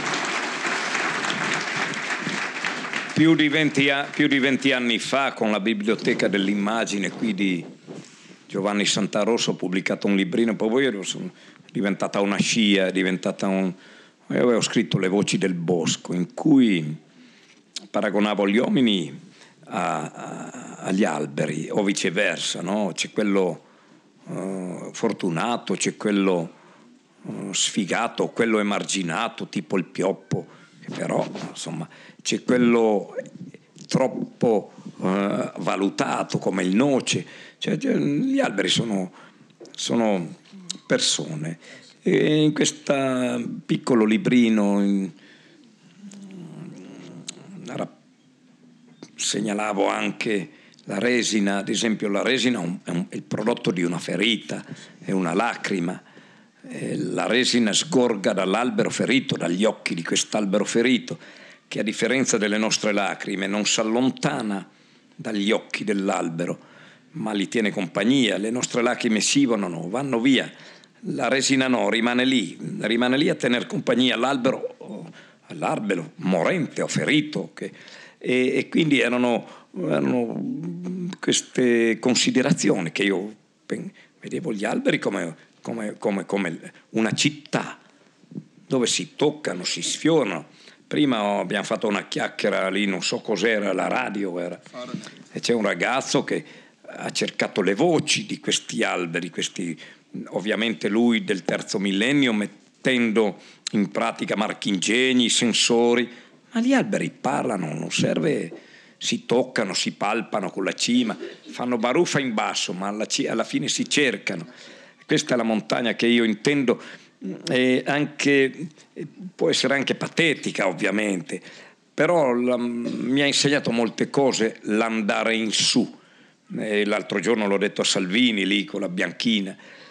Più di venti, più di venti anni fa, con la Biblioteca dell'Immagine qui di Giovanni Santarosso, ho pubblicato un librino, poi io sono diventata una scia, è diventata un... Io avevo scritto Le voci del bosco, in cui paragonavo gli uomini a, a, agli alberi, o viceversa, no? C'è quello uh, fortunato, c'è quello uh, sfigato, quello emarginato, tipo il pioppo, che però, insomma, c'è quello troppo uh, valutato come il noce. Cioè, gli alberi sono, sono persone. E in questo piccolo librino in, segnalavo anche la resina, ad esempio la resina è, un, è, un, è il prodotto di una ferita, è una lacrima. E la resina sgorga dall'albero ferito, dagli occhi di quest'albero ferito, che a differenza delle nostre lacrime non si allontana dagli occhi dell'albero, ma li tiene compagnia. Le nostre lacrime scivolano, vanno via. La resina no, rimane lì, rimane lì a tener compagnia all'albero, all'albero morente o ferito. Che, e, e quindi erano, erano queste considerazioni che io vedevo gli alberi come, come, come, come una città dove si toccano, si sfiorano. Prima abbiamo fatto una chiacchiera lì, non so cos'era, la radio era, e c'è un ragazzo che ha cercato le voci di questi alberi, questi, ovviamente lui del terzo millennio, mettendo in pratica marchingegni, sensori, ma gli alberi parlano, non serve, si toccano, si palpano con la cima, fanno baruffa in basso, ma alla, alla fine si cercano. Questa è la montagna che io intendo. E anche, può essere anche patetica ovviamente, però la, mi ha insegnato molte cose l'andare in su. E l'altro giorno l'ho detto a Salvini lì con la bianchina,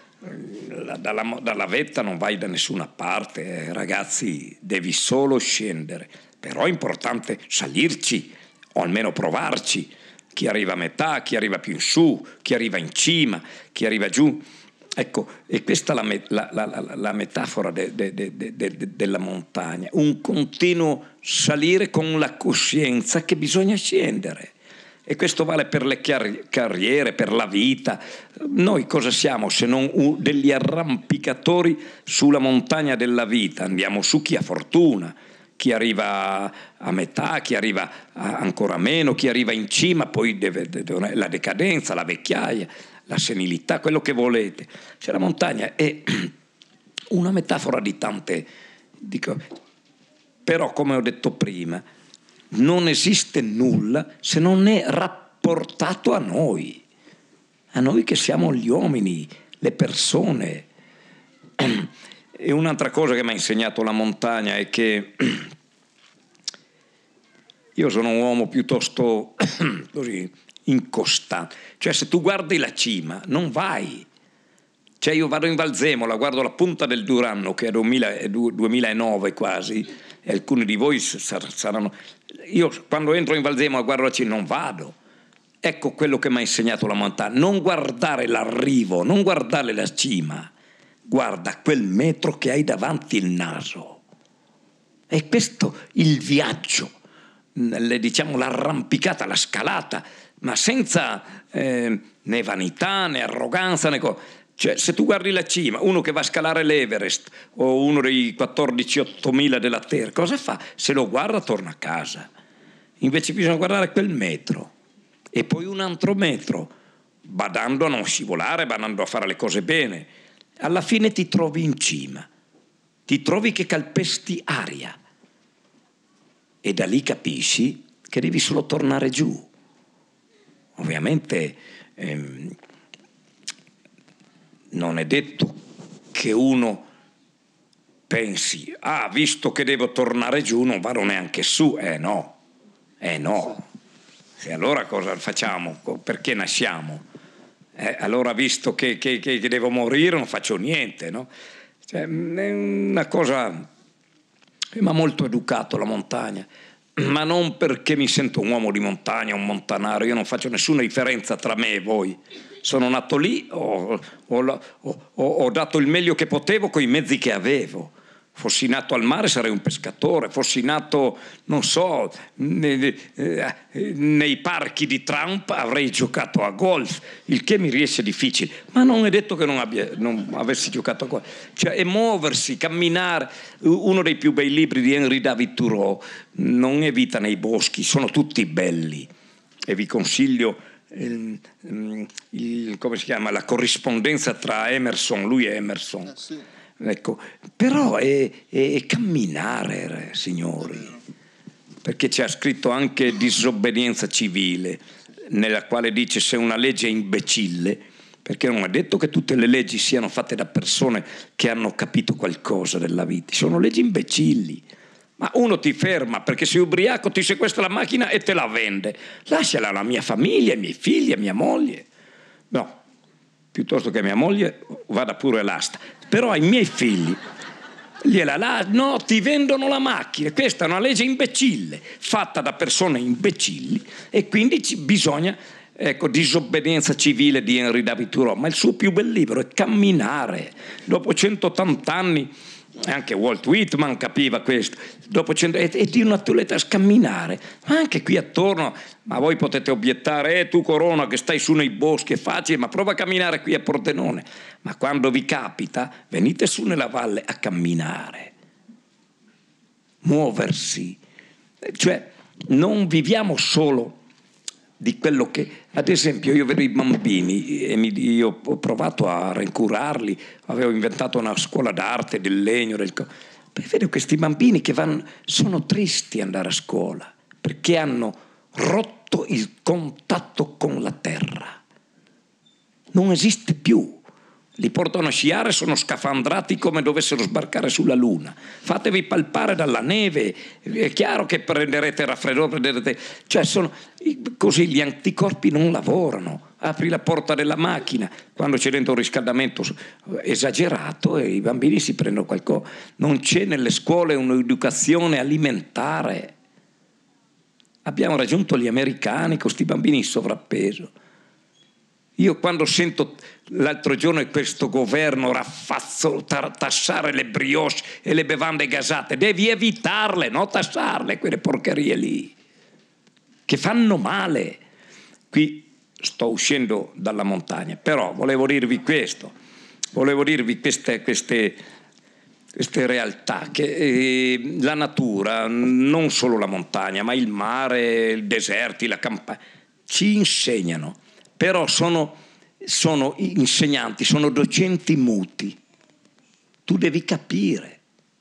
la, dalla, dalla vetta non vai da nessuna parte, eh, ragazzi, devi solo scendere, però è importante salirci o almeno provarci. Chi arriva a metà, chi arriva più in su, chi arriva in cima, chi arriva giù. Ecco, e questa è la, la, la, la metafora de, de, de, de, de, della montagna, un continuo salire con la coscienza che bisogna scendere. E questo vale per le carriere, per la vita. Noi cosa siamo se non degli arrampicatori sulla montagna della vita? Andiamo su chi ha fortuna, chi arriva a metà, chi arriva a ancora meno, chi arriva in cima, poi deve, deve, la decadenza, la vecchiaia, la senilità, quello che volete. Cioè la montagna è una metafora di tante, dico, però come ho detto prima, non esiste nulla se non è rapportato a noi, a noi che siamo gli uomini, le persone. E un'altra cosa che mi ha insegnato la montagna è che io sono un uomo piuttosto così incostante, cioè se tu guardi la cima non vai, cioè io vado in Valzemola, guardo la punta del Duranno che è duemilanove quasi, e alcuni di voi saranno, io quando entro in Valzemola guardo la cima, non vado. Ecco quello che mi ha insegnato la montagna, non guardare l'arrivo, non guardare la cima, guarda quel metro che hai davanti il naso. E questo il viaggio, le, diciamo l'arrampicata, la scalata, ma senza eh, né vanità né arroganza né co- cioè se tu guardi la cima, uno che va a scalare l'Everest o uno dei quattordici ottomila della Terra, cosa fa? Se lo guarda torna a casa. Invece bisogna guardare quel metro e poi un altro metro, badando a non scivolare, badando a fare le cose bene. Alla fine ti trovi in cima, ti trovi che calpesti aria e da lì capisci che devi solo tornare giù. Ovviamente ehm, non è detto che uno pensi, ah, visto che devo tornare giù non vado neanche su. Eh no, eh no. E allora cosa facciamo? Perché nasciamo? Eh, allora visto che, che, che devo morire non faccio niente, no? Cioè, è una cosa che mi ha molto educato la montagna. ma non perché mi sento un uomo di montagna, un montanaro. Io non faccio nessuna differenza tra me e voi. Sono nato lì, ho, ho, ho, ho dato il meglio che potevo con i mezzi che avevo. Fossi nato al mare sarei un pescatore, fossi nato, non so, nei, nei parchi di Trump avrei giocato a golf, il che mi riesce difficile, ma non è detto che non, abbia, non avessi giocato a golf. Cioè, è muoversi, camminare. Uno dei più bei libri di Henri David Thoreau non è Vita nei boschi, sono tutti belli, e vi consiglio il, il, come si chiama, la corrispondenza tra Emerson, lui e Emerson. Eh sì. Ecco, però è, è, è camminare, signori, perché c'è scritto anche disobbedienza civile, nella quale dice se una legge è imbecille, perché non è detto che tutte le leggi siano fatte da persone che hanno capito qualcosa della vita, sono leggi imbecilli. Ma uno ti ferma perché sei ubriaco, ti sequestra la macchina e te la vende, lasciala alla mia famiglia, ai miei figli, a mia moglie. No, piuttosto che mia moglie vada pure all'asta, però ai miei figli gliela la, no, ti vendono la macchina. Questa è una legge imbecille fatta da persone imbecilli, e quindi ci bisogna, ecco, disobbedienza civile di Henri David Thoreau, ma il suo più bel libro è Camminare. Dopo centottanta anni anche Walt Whitman capiva questo, dopo cento, è, è di una naturalità camminare, ma anche qui attorno. Ma voi potete obiettare, eh tu Corona che stai su nei boschi è facile, ma prova a camminare qui a Pordenone. Ma quando vi capita venite su nella valle a camminare, muoversi, cioè non viviamo solo di quello che, ad esempio, io vedo i bambini e mi, io ho provato a rincuorarli, avevo inventato una scuola d'arte del legno, del, poi vedo questi bambini che vanno, sono tristi ad andare a scuola perché hanno rotto il contatto con la terra, non esiste più. Li portano a sciare, sono scafandrati come dovessero sbarcare sulla luna. Fatevi palpare dalla neve, è chiaro che prenderete raffreddore, prenderete, cioè sono così, gli anticorpi non lavorano. Apri la porta della macchina quando c'è dentro un riscaldamento esagerato e i bambini si prendono qualcosa. Non c'è nelle scuole un'educazione alimentare. Abbiamo raggiunto gli americani con questi bambini in sovrappeso. Io quando sento l'altro giorno questo governo raffazzo tassare le brioche e le bevande gasate, devi evitarle, non tassarle quelle porcherie lì che fanno male. Qui sto uscendo dalla montagna, però volevo dirvi questo, volevo dirvi queste, queste, queste realtà che eh, la natura, non solo la montagna, ma il mare, i deserti, la campagna, ci insegnano. Però sono, sono insegnanti, sono docenti muti. Tu devi capire.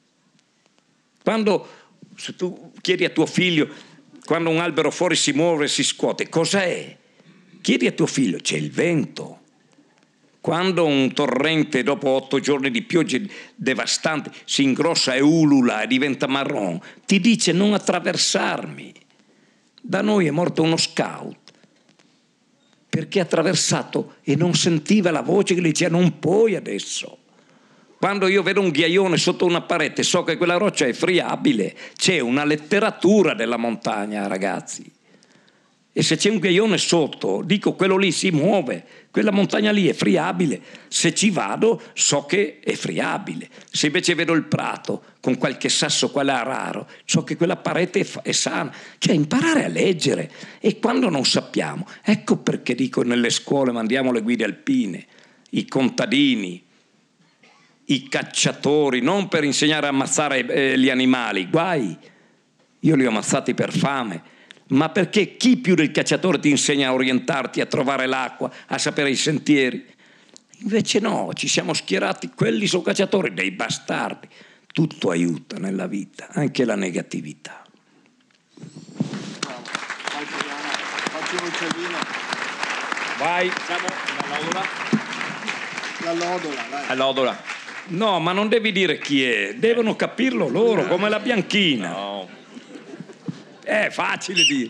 Quando, se tu chiedi a tuo figlio, quando un albero fuori si muove, si scuote, cos'è? Chiedi a tuo figlio, c'è il vento. Quando un torrente, dopo otto giorni di piogge devastanti, si ingrossa e ulula e diventa marron, ti dice non attraversarmi. Da noi è morto uno scout perché ha attraversato e non sentiva la voce che gli diceva non puoi adesso. Quando io vedo un ghiaione sotto una parete so che quella roccia è friabile, c'è una letteratura della montagna, ragazzi. E se c'è un ghiaione sotto, dico quello lì si muove, quella montagna lì è friabile, se ci vado so che è friabile. Se invece vedo il prato con qualche sasso qua raro, so che quella parete è, è sana. Cioè imparare a leggere, e quando non sappiamo, ecco perché dico nelle scuole mandiamo le guide alpine, i contadini, i cacciatori, non per insegnare a ammazzare eh, gli animali, guai, io li ho ammazzati per fame, ma perché chi più del cacciatore ti insegna a orientarti, a trovare l'acqua, a sapere i sentieri? Invece no, ci siamo schierati, quelli sono cacciatori, dei bastardi. Tutto aiuta nella vita, anche la negatività. Facci un uccellino. Vai. Siamo all'odola. La lodola, vai. All'odola. No, ma non devi dire chi è, devono capirlo loro, come la bianchina. No. È facile dire.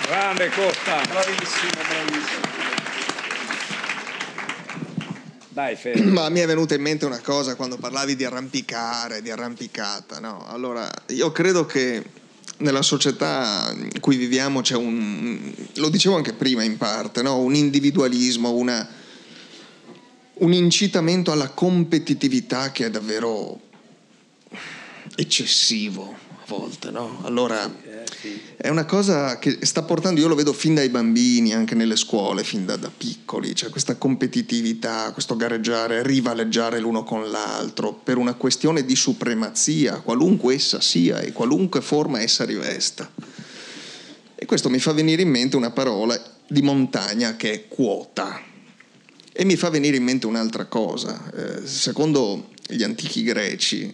Grande Costa. Bravissimo, bravissimo. Dai, Fede. Ma mi è venuta in mente una cosa quando parlavi di arrampicare, di arrampicata, no? Allora, io credo che nella società in cui viviamo c'è un, lo dicevo anche prima in parte, no? Un individualismo, una, un incitamento alla competitività che è davvero eccessivo a volte, no? Allora è una cosa che sta portando, io lo vedo fin dai bambini, anche nelle scuole, fin da, da piccoli, cioè questa competitività, questo gareggiare, rivaleggiare l'uno con l'altro per una questione di supremazia, qualunque essa sia e qualunque forma essa rivesta. E questo mi fa venire in mente una parola di montagna che è quota. E mi fa venire in mente un'altra cosa. Eh, secondo gli antichi greci,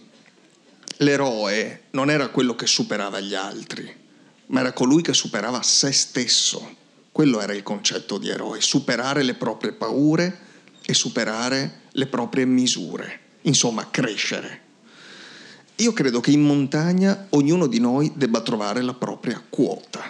l'eroe non era quello che superava gli altri, ma era colui che superava se stesso. Quello era il concetto di eroe, superare le proprie paure e superare le proprie misure, insomma crescere. Io credo che in montagna ognuno di noi debba trovare la propria quota,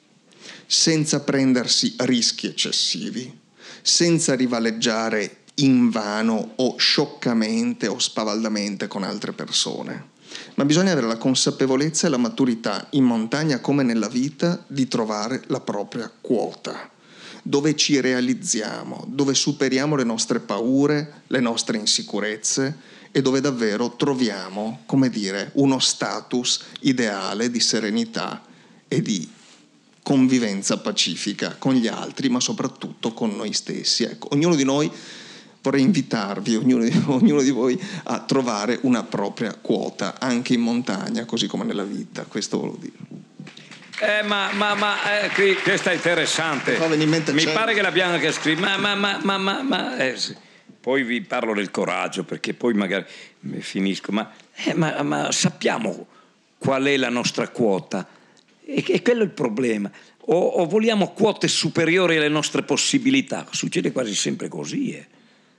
senza prendersi rischi eccessivi, senza rivaleggiare invano o scioccamente o spavaldamente con altre persone. Ma bisogna avere la consapevolezza e la maturità in montagna come nella vita di trovare la propria quota, dove ci realizziamo, dove superiamo le nostre paure, le nostre insicurezze e dove davvero troviamo, come dire, uno status ideale di serenità e di convivenza pacifica con gli altri, ma soprattutto con noi stessi. Ecco, ognuno di noi, vorrei invitarvi, ognuno di, ognuno di voi, a trovare una propria quota, anche in montagna, così come nella vita. Questo volevo dire. Eh, ma, ma, ma eh, qui, questa è interessante. Mi pare che l'abbiamo anche scritto. Ma, ma, ma, ma, ma, ma eh, sì. Poi vi parlo del coraggio, perché poi magari finisco. Ma, eh, ma, ma sappiamo qual è la nostra quota? E, e quello è il problema. O, o vogliamo quote superiori alle nostre possibilità? Succede quasi sempre così, eh.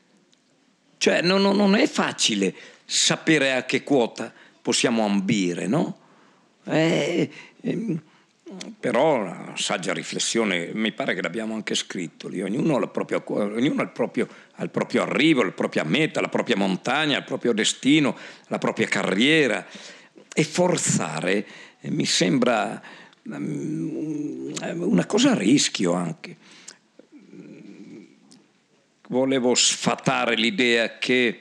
Cioè non, non è facile sapere a che quota possiamo ambire, no? Eh, eh, però una saggia riflessione, mi pare che l'abbiamo anche scritto lì, ognuno ha, la propria, ognuno ha, il proprio, ha il proprio arrivo, la propria meta, la propria montagna, il proprio destino, la propria carriera, e forzare eh, mi sembra um, una cosa a rischio anche. Volevo sfatare l'idea che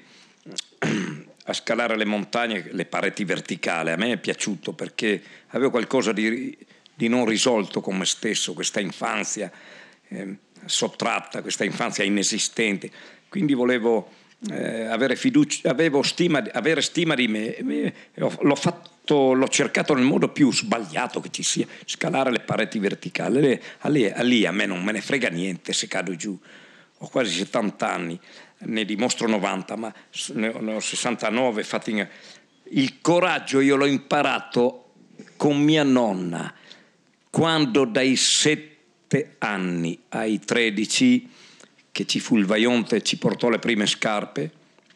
a scalare le montagne, le pareti verticali, a me è piaciuto perché avevo qualcosa di, di non risolto con me stesso, questa infanzia eh, sottratta, questa infanzia inesistente. Quindi volevo eh, avere fiducia, avevo stima, avere stima di me. L'ho fatto, l'ho cercato nel modo più sbagliato che ci sia, scalare le pareti verticali. Lì, lì a me non me ne frega niente se cado giù. Ho quasi settanta anni, ne dimostro novanta, ma ne ho sessantanove. Fatti in... Il coraggio io l'ho imparato con mia nonna, quando dai sette anni ai tredici, che ci fu il Vajont e ci portò le prime scarpe,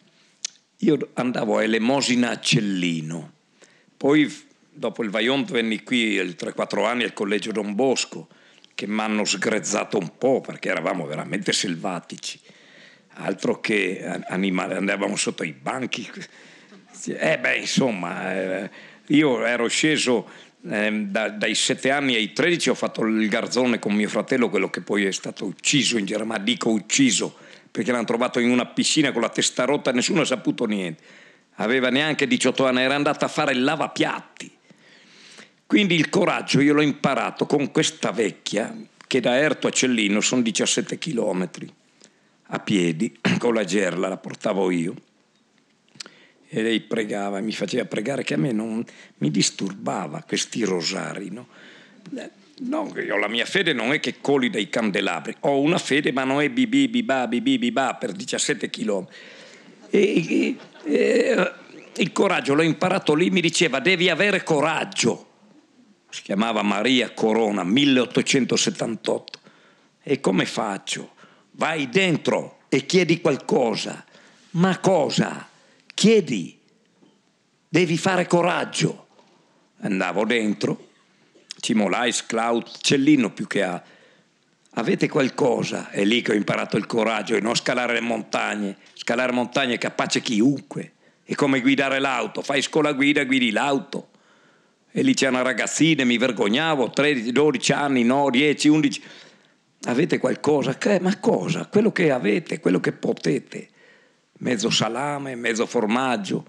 io andavo a Elemosina a Cellino. Poi dopo il Vajont venni qui il tre quattro anni al Collegio Don Bosco, che mi hanno sgrezzato un po' perché eravamo veramente selvatici, altro che animali, andavamo sotto i banchi. Eh beh, insomma, eh, io ero sceso eh, da, dai sette anni ai tredici, ho fatto il garzone con mio fratello, quello che poi è stato ucciso in Germania, dico ucciso, perché l'hanno trovato in una piscina con la testa rotta, nessuno ha saputo niente. Aveva neanche diciotto anni, era andato a fare il lavapiatti. Quindi il coraggio io l'ho imparato con questa vecchia, che da Erto a Cellino sono diciassette chilometri, a piedi, con la gerla, la portavo io. E lei pregava, mi faceva pregare, che a me non mi disturbava questi rosari, no? No, io, la mia fede non è che coli dai candelabri, ho una fede ma non è bibì, bibà, bibì, bibà per diciassette chilometri. E, e, e il coraggio l'ho imparato lì, mi diceva devi avere coraggio. Si chiamava Maria Corona, milleottocentosettantotto. E come faccio? Vai dentro e chiedi qualcosa. Ma cosa? Chiedi. Devi fare coraggio. Andavo dentro, Cimolais, Cloud, Cellino più che ha. Avete qualcosa? È lì che ho imparato il coraggio e non scalare le montagne. Scalare montagne è capace chiunque. È come guidare l'auto. Fai scuola guida, guidi l'auto. E lì c'è una ragazzina, mi vergognavo, tredici, dodici anni, no, dieci, undici. Avete qualcosa? Che, ma cosa? Quello che avete, quello che potete. Mezzo salame, mezzo formaggio,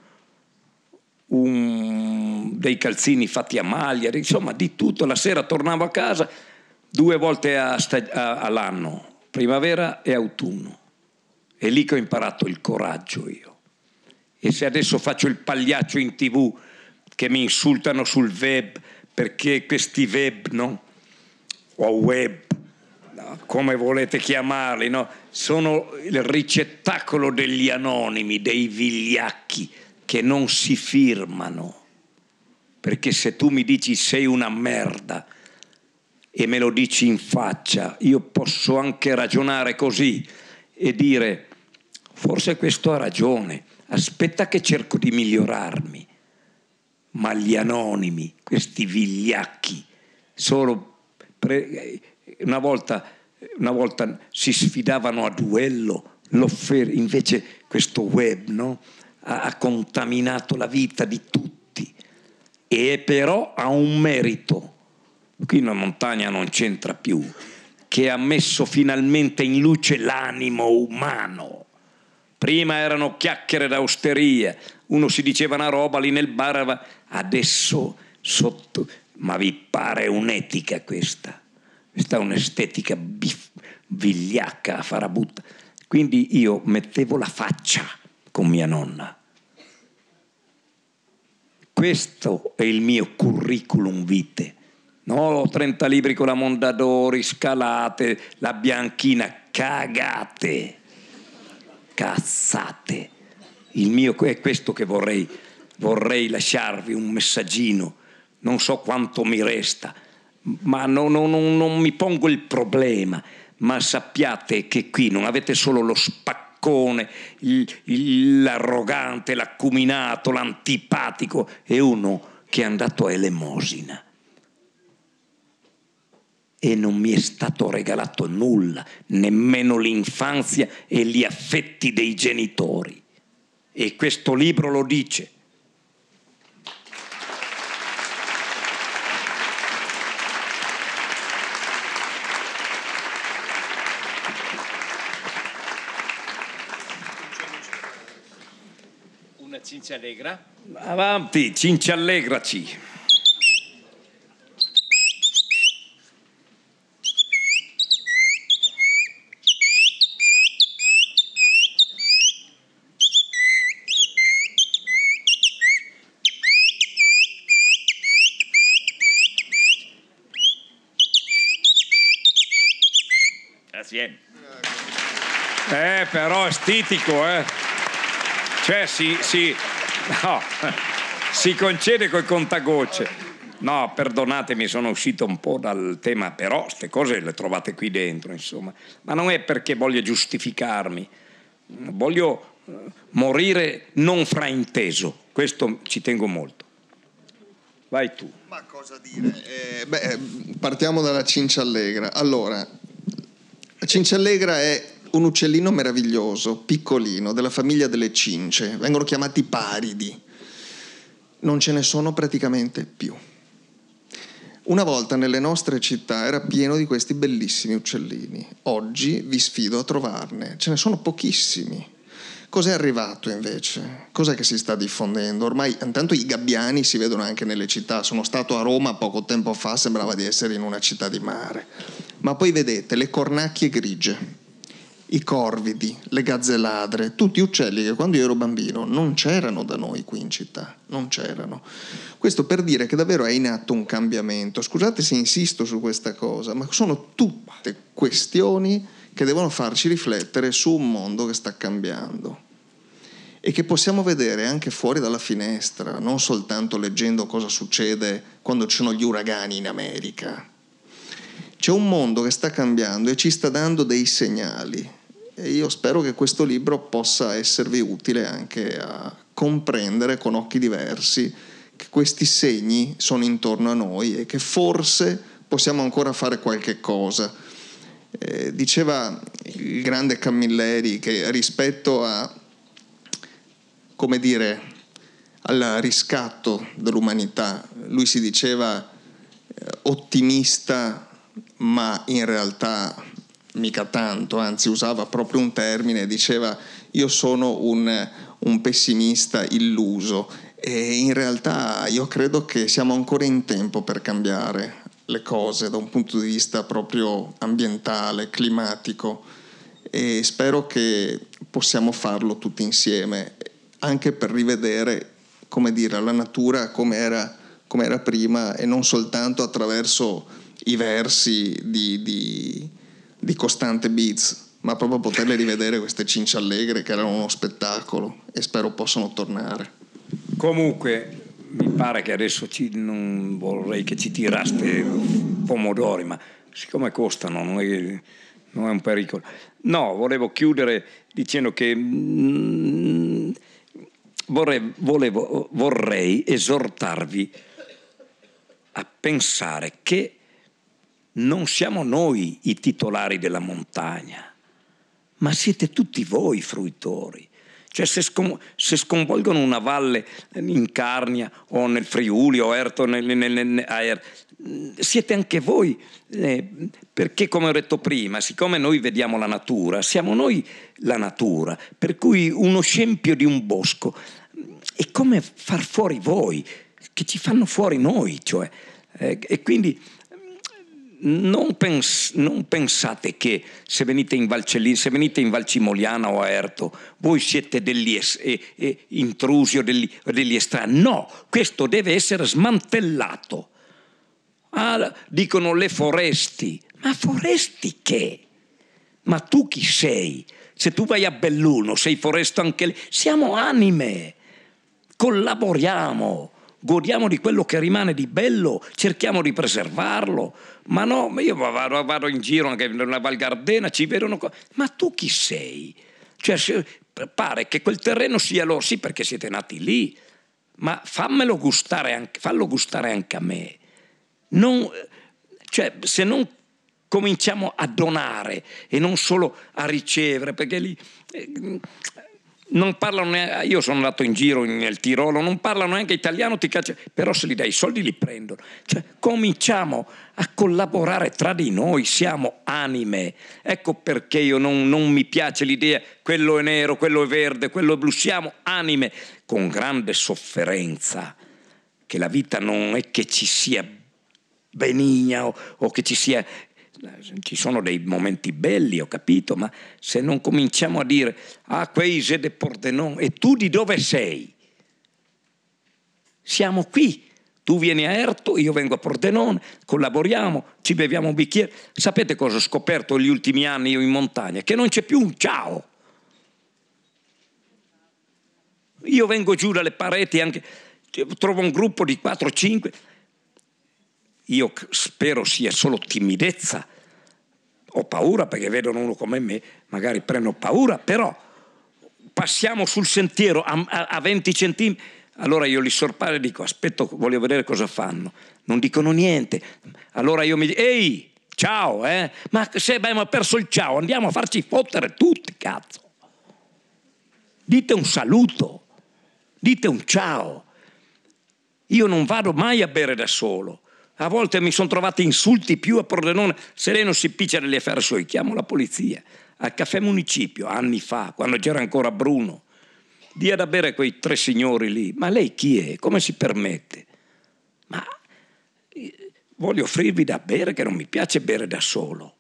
un, dei calzini fatti a maglia, insomma di tutto. La sera tornavo a casa due volte a stag- a, all'anno, primavera e autunno. È lì che ho imparato il coraggio io. E se adesso faccio il pagliaccio in tv che mi insultano sul web, perché questi web, no? O web, no? Come volete chiamarli, no? Sono il ricettacolo degli anonimi, dei vigliacchi che non si firmano. Perché se tu mi dici sei una merda e me lo dici in faccia, io posso anche ragionare così e dire forse questo ha ragione, aspetta che cerco di migliorarmi. Ma gli anonimi, questi vigliacchi, solo pre- una volta, una volta si sfidavano a duello, invece questo web, no? ha, ha contaminato la vita di tutti e però ha un merito. Qui la montagna non c'entra più, che ha messo finalmente in luce l'animo umano. Prima erano chiacchiere d'austeria, uno si diceva una roba lì nel bar, adesso sotto, ma vi pare un'etica questa? Questa è un'estetica bif, vigliacca, farabutta. Quindi io mettevo la faccia con mia nonna. Questo è il mio curriculum vitae. No, ho trenta libri con la Mondadori, scalate, la Bianchina, cagate. Cazzate. Il mio è questo che vorrei vorrei lasciarvi un messaggino. Non so quanto mi resta, ma no, no, no, non mi pongo il problema, ma sappiate che qui non avete solo lo spaccone, il, il, l'arrogante, l'accuminato, l'antipatico e uno che è andato a elemosina e non mi è stato regalato nulla, nemmeno l'infanzia e gli affetti dei genitori. E questo libro lo dice. Una cinciallegra. Avanti, cinciallegraci. Eh, però è stitico, eh. Cioè si, si, no, si concede col contagocce. No, perdonatemi, sono uscito un po' dal tema, però queste cose le trovate qui dentro, insomma. Ma non è perché voglio giustificarmi, voglio morire non frainteso, questo ci tengo molto. Vai tu. Ma cosa dire? Eh, beh, partiamo dalla cinciallegra. Allora, la cinciallegra è un uccellino meraviglioso, piccolino, della famiglia delle cince. Vengono chiamati paridi. Non ce ne sono praticamente più. Una volta nelle nostre città era pieno di questi bellissimi uccellini. Oggi vi sfido a trovarne. Ce ne sono pochissimi. Cos'è arrivato invece? Cos'è che si sta diffondendo? Ormai intanto i gabbiani si vedono anche nelle città. Sono stato a Roma poco tempo fa, sembrava di essere in una città di mare. Ma poi vedete le cornacchie grigie, i corvidi, le gazzeladre, tutti uccelli che quando io ero bambino non c'erano da noi qui in città, non c'erano. Questo per dire che davvero è in atto un cambiamento. Scusate se insisto su questa cosa, ma sono tutte questioni che devono farci riflettere su un mondo che sta cambiando e che possiamo vedere anche fuori dalla finestra, non soltanto leggendo cosa succede quando ci sono gli uragani in America. C'è un mondo che sta cambiando e ci sta dando dei segnali. E io spero che questo libro possa esservi utile anche a comprendere con occhi diversi che questi segni sono intorno a noi e che forse possiamo ancora fare qualche cosa. Eh, diceva il grande Camilleri che rispetto a, come dire, al riscatto dell'umanità, lui si diceva eh, ottimista, ma in realtà mica tanto, anzi usava proprio un termine, diceva io sono un, un pessimista illuso, e in realtà io credo che siamo ancora in tempo per cambiare le cose da un punto di vista proprio ambientale, climatico, e spero che possiamo farlo tutti insieme, anche per rivedere, come dire, la natura come era, come era prima, e non soltanto attraverso i versi di, di, di Costante Beats, ma proprio poterle rivedere queste cinciallegre che erano uno spettacolo, e spero possano tornare. Comunque mi pare che adesso ci, non vorrei che ci tiraste pomodori, ma siccome costano non è, non è un pericolo. No, volevo chiudere dicendo che mm, vorrei, volevo, vorrei esortarvi a pensare che non siamo noi i titolari della montagna, ma siete tutti voi i fruitori. Cioè se, scom- se sconvolgono una valle in Carnia o nel Friuli o Erto nel, nel, nel, nel, siete anche voi, eh, perché come ho detto prima, siccome noi vediamo la natura, siamo noi la natura, per cui uno scempio di un bosco è come far fuori voi, che ci fanno fuori noi, cioè, eh, e quindi Non, pens- non pensate che se venite in Valcellina, se venite in Valcimoliana o a Erto, voi siete degli es- eh, eh, intrusi o degli, o degli estranei. No, questo deve essere smantellato. Ah, dicono le foresti. Ma foresti che? Ma tu chi sei? Se tu vai a Belluno, sei foresto anche lì. Siamo anime, collaboriamo. Godiamo di quello che rimane di bello, cerchiamo di preservarlo. Ma no, io vado, vado in giro anche nella Val Gardena, ci vedono. Ma tu chi sei? Cioè, se, pare che quel terreno sia loro, sì, perché siete nati lì, ma fammelo gustare anche, fallo gustare anche a me. Non, cioè, se non cominciamo a donare e non solo a ricevere, perché lì. Eh, non parlano neanche, io sono andato in giro nel Tirolo, non parlano neanche italiano, ti caccia, però se li dai i soldi li prendono. Cioè, cominciamo a collaborare tra di noi, siamo anime. Ecco perché io non, non mi piace l'idea quello è nero, quello è verde, quello è blu, siamo anime, con grande sofferenza, che la vita non è che ci sia benigna o, o che ci sia. Ci sono dei momenti belli, ho capito, ma se non cominciamo a dire ah, quei de Pordenone, e tu di dove sei? Siamo qui, tu vieni a Erto, io vengo a Pordenone, collaboriamo, ci beviamo un bicchiere. Sapete cosa ho scoperto negli ultimi anni io in montagna? Che non c'è più un ciao. Io vengo giù dalle pareti, anche trovo un gruppo di quattro cinque. Io spero sia solo timidezza, ho paura perché vedono uno come me, magari prendo paura, però passiamo sul sentiero a, a, a venti centimetri, allora io li sorparo e dico aspetta, voglio vedere cosa fanno, non dicono niente, allora io mi dico ehi, ciao, eh? Ma se abbiamo perso il ciao andiamo a farci fottere tutti, cazzo, dite un saluto, dite un ciao. Io non vado mai a bere da solo. A volte mi sono trovati insulti più a Pordenone. Se lei non si piccia degli affari suoi, chiamo la polizia. Al caffè municipio, anni fa, quando c'era ancora Bruno. Dia da bere a quei tre signori lì. Ma lei chi è? Come si permette? Ma voglio offrirvi da bere, che non mi piace bere da solo.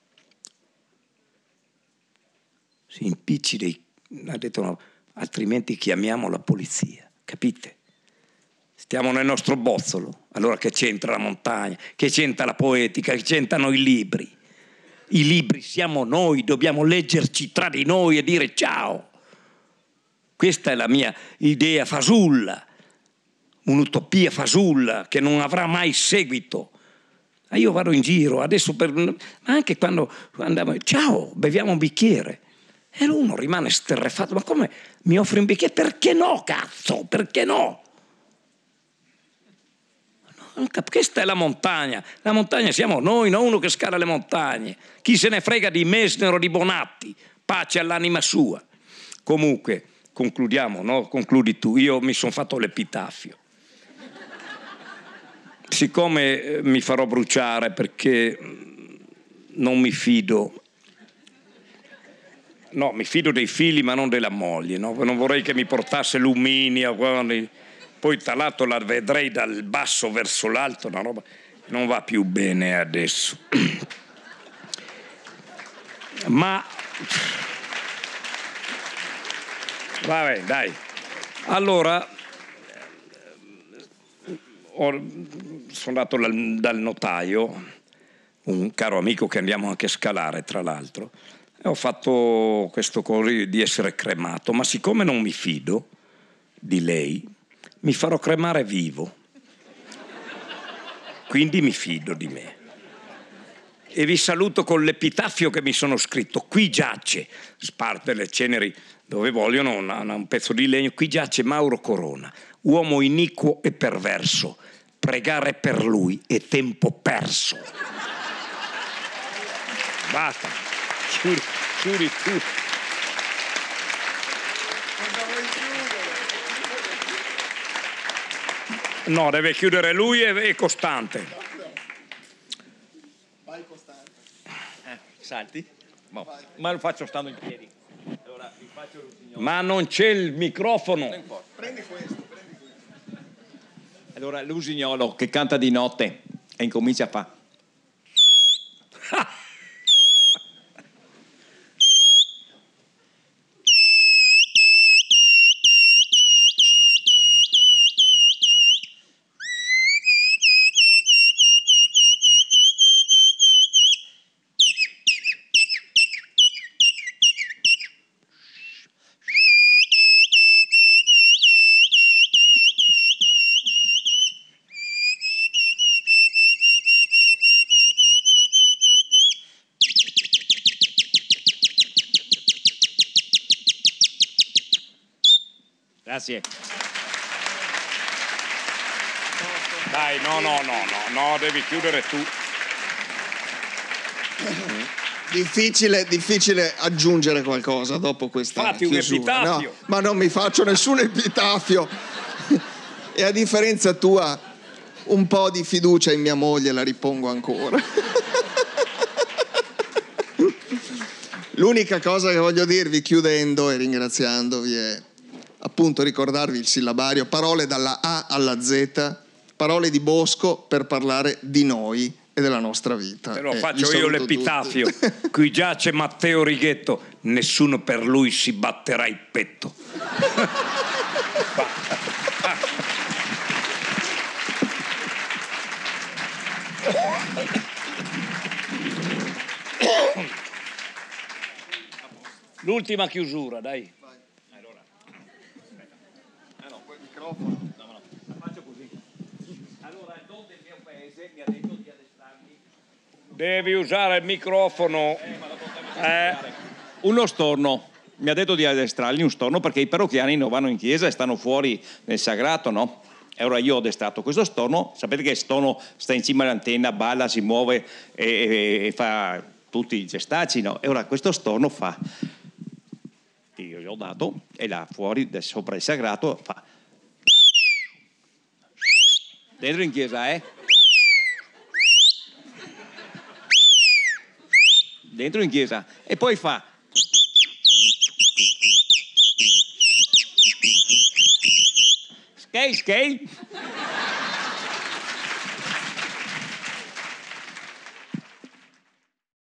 Si impicci dei... Ha detto no, altrimenti chiamiamo la polizia. Capite? Stiamo nel nostro bozzolo, allora che c'entra la montagna, che c'entra la poetica, che c'entrano i libri? I libri siamo noi, dobbiamo leggerci tra di noi e dire ciao. Questa è la mia idea fasulla, un'utopia fasulla che non avrà mai seguito. Ma io vado in giro, adesso per, anche quando andavo, ciao, beviamo un bicchiere. E uno rimane sterrefatto, ma come mi offri un bicchiere? Perché no, cazzo, perché no? questa è la montagna, la montagna siamo noi, non uno che scala le montagne. Chi se ne frega di Messner o di Bonatti, pace all'anima sua. Comunque, concludiamo, no? Concludi tu, io mi sono fatto l'epitafio. Siccome mi farò bruciare perché non mi fido, no, mi fido dei figli ma non della moglie, no? Non vorrei che mi portasse l'uminia, poi tra l'altro la vedrei dal basso verso l'alto, una roba non va più bene adesso. Ma vabbè, dai. Allora ho, sono andato dal, dal notaio, un caro amico che andiamo anche a scalare tra l'altro, e ho fatto questo corso di essere cremato, ma siccome non mi fido di lei, mi farò cremare vivo. Quindi mi fido di me. E vi saluto con l'epitafio che mi sono scritto. Qui giace, sparte le ceneri dove vogliono, una, una, un pezzo di legno, qui giace Mauro Corona, uomo iniquo e perverso. Pregare per lui è tempo perso. Basta. Chiudi, chiudi tu. No, deve chiudere lui e, e Costante. Vai Costante. Eh, salti? No, ma lo faccio stando in piedi. Allora, vi faccio l'usignolo. Ma non c'è il microfono. Prendi questo, prendi questo. Allora, l'usignolo che canta di notte e incomincia a fare. Grazie. Dai, no, no, no, no, no, devi chiudere tu. Difficile, difficile aggiungere qualcosa dopo questa Fatti un chiusura. epitafio. No, ma non mi faccio nessun epitafio. E a differenza tua, un po' di fiducia in mia moglie la ripongo ancora. L'unica cosa che voglio dirvi, chiudendo e ringraziandovi, è appunto ricordarvi il sillabario, parole dalla A alla Z, parole di Bosco per parlare di noi e della nostra vita. Te lo Eh, faccio vi io saluto l'epitafio. tutti. Qui giace Matteo Righetto, nessuno per lui si batterà il petto. L'ultima chiusura, dai. Allora, ah no, quel microfono. No, no, la faccio così. Allora, il don del mio paese mi ha detto di addestrarmi. Devi usare il microfono. Eh. Uno storno. Mi ha detto di addestrargli un storno perché i parrocchiani non vanno in chiesa e stanno fuori nel sagrato, no? E ora io ho addestrato questo storno. Sapete che il storno sta in cima all'antenna, balla, si muove e, e, e fa tutti i gestacci, no? E ora questo storno fa, che io gli ho dato, e là fuori, sopra il sagrato, fa dentro in chiesa, eh? Dentro in chiesa. E poi fa Scale, scale.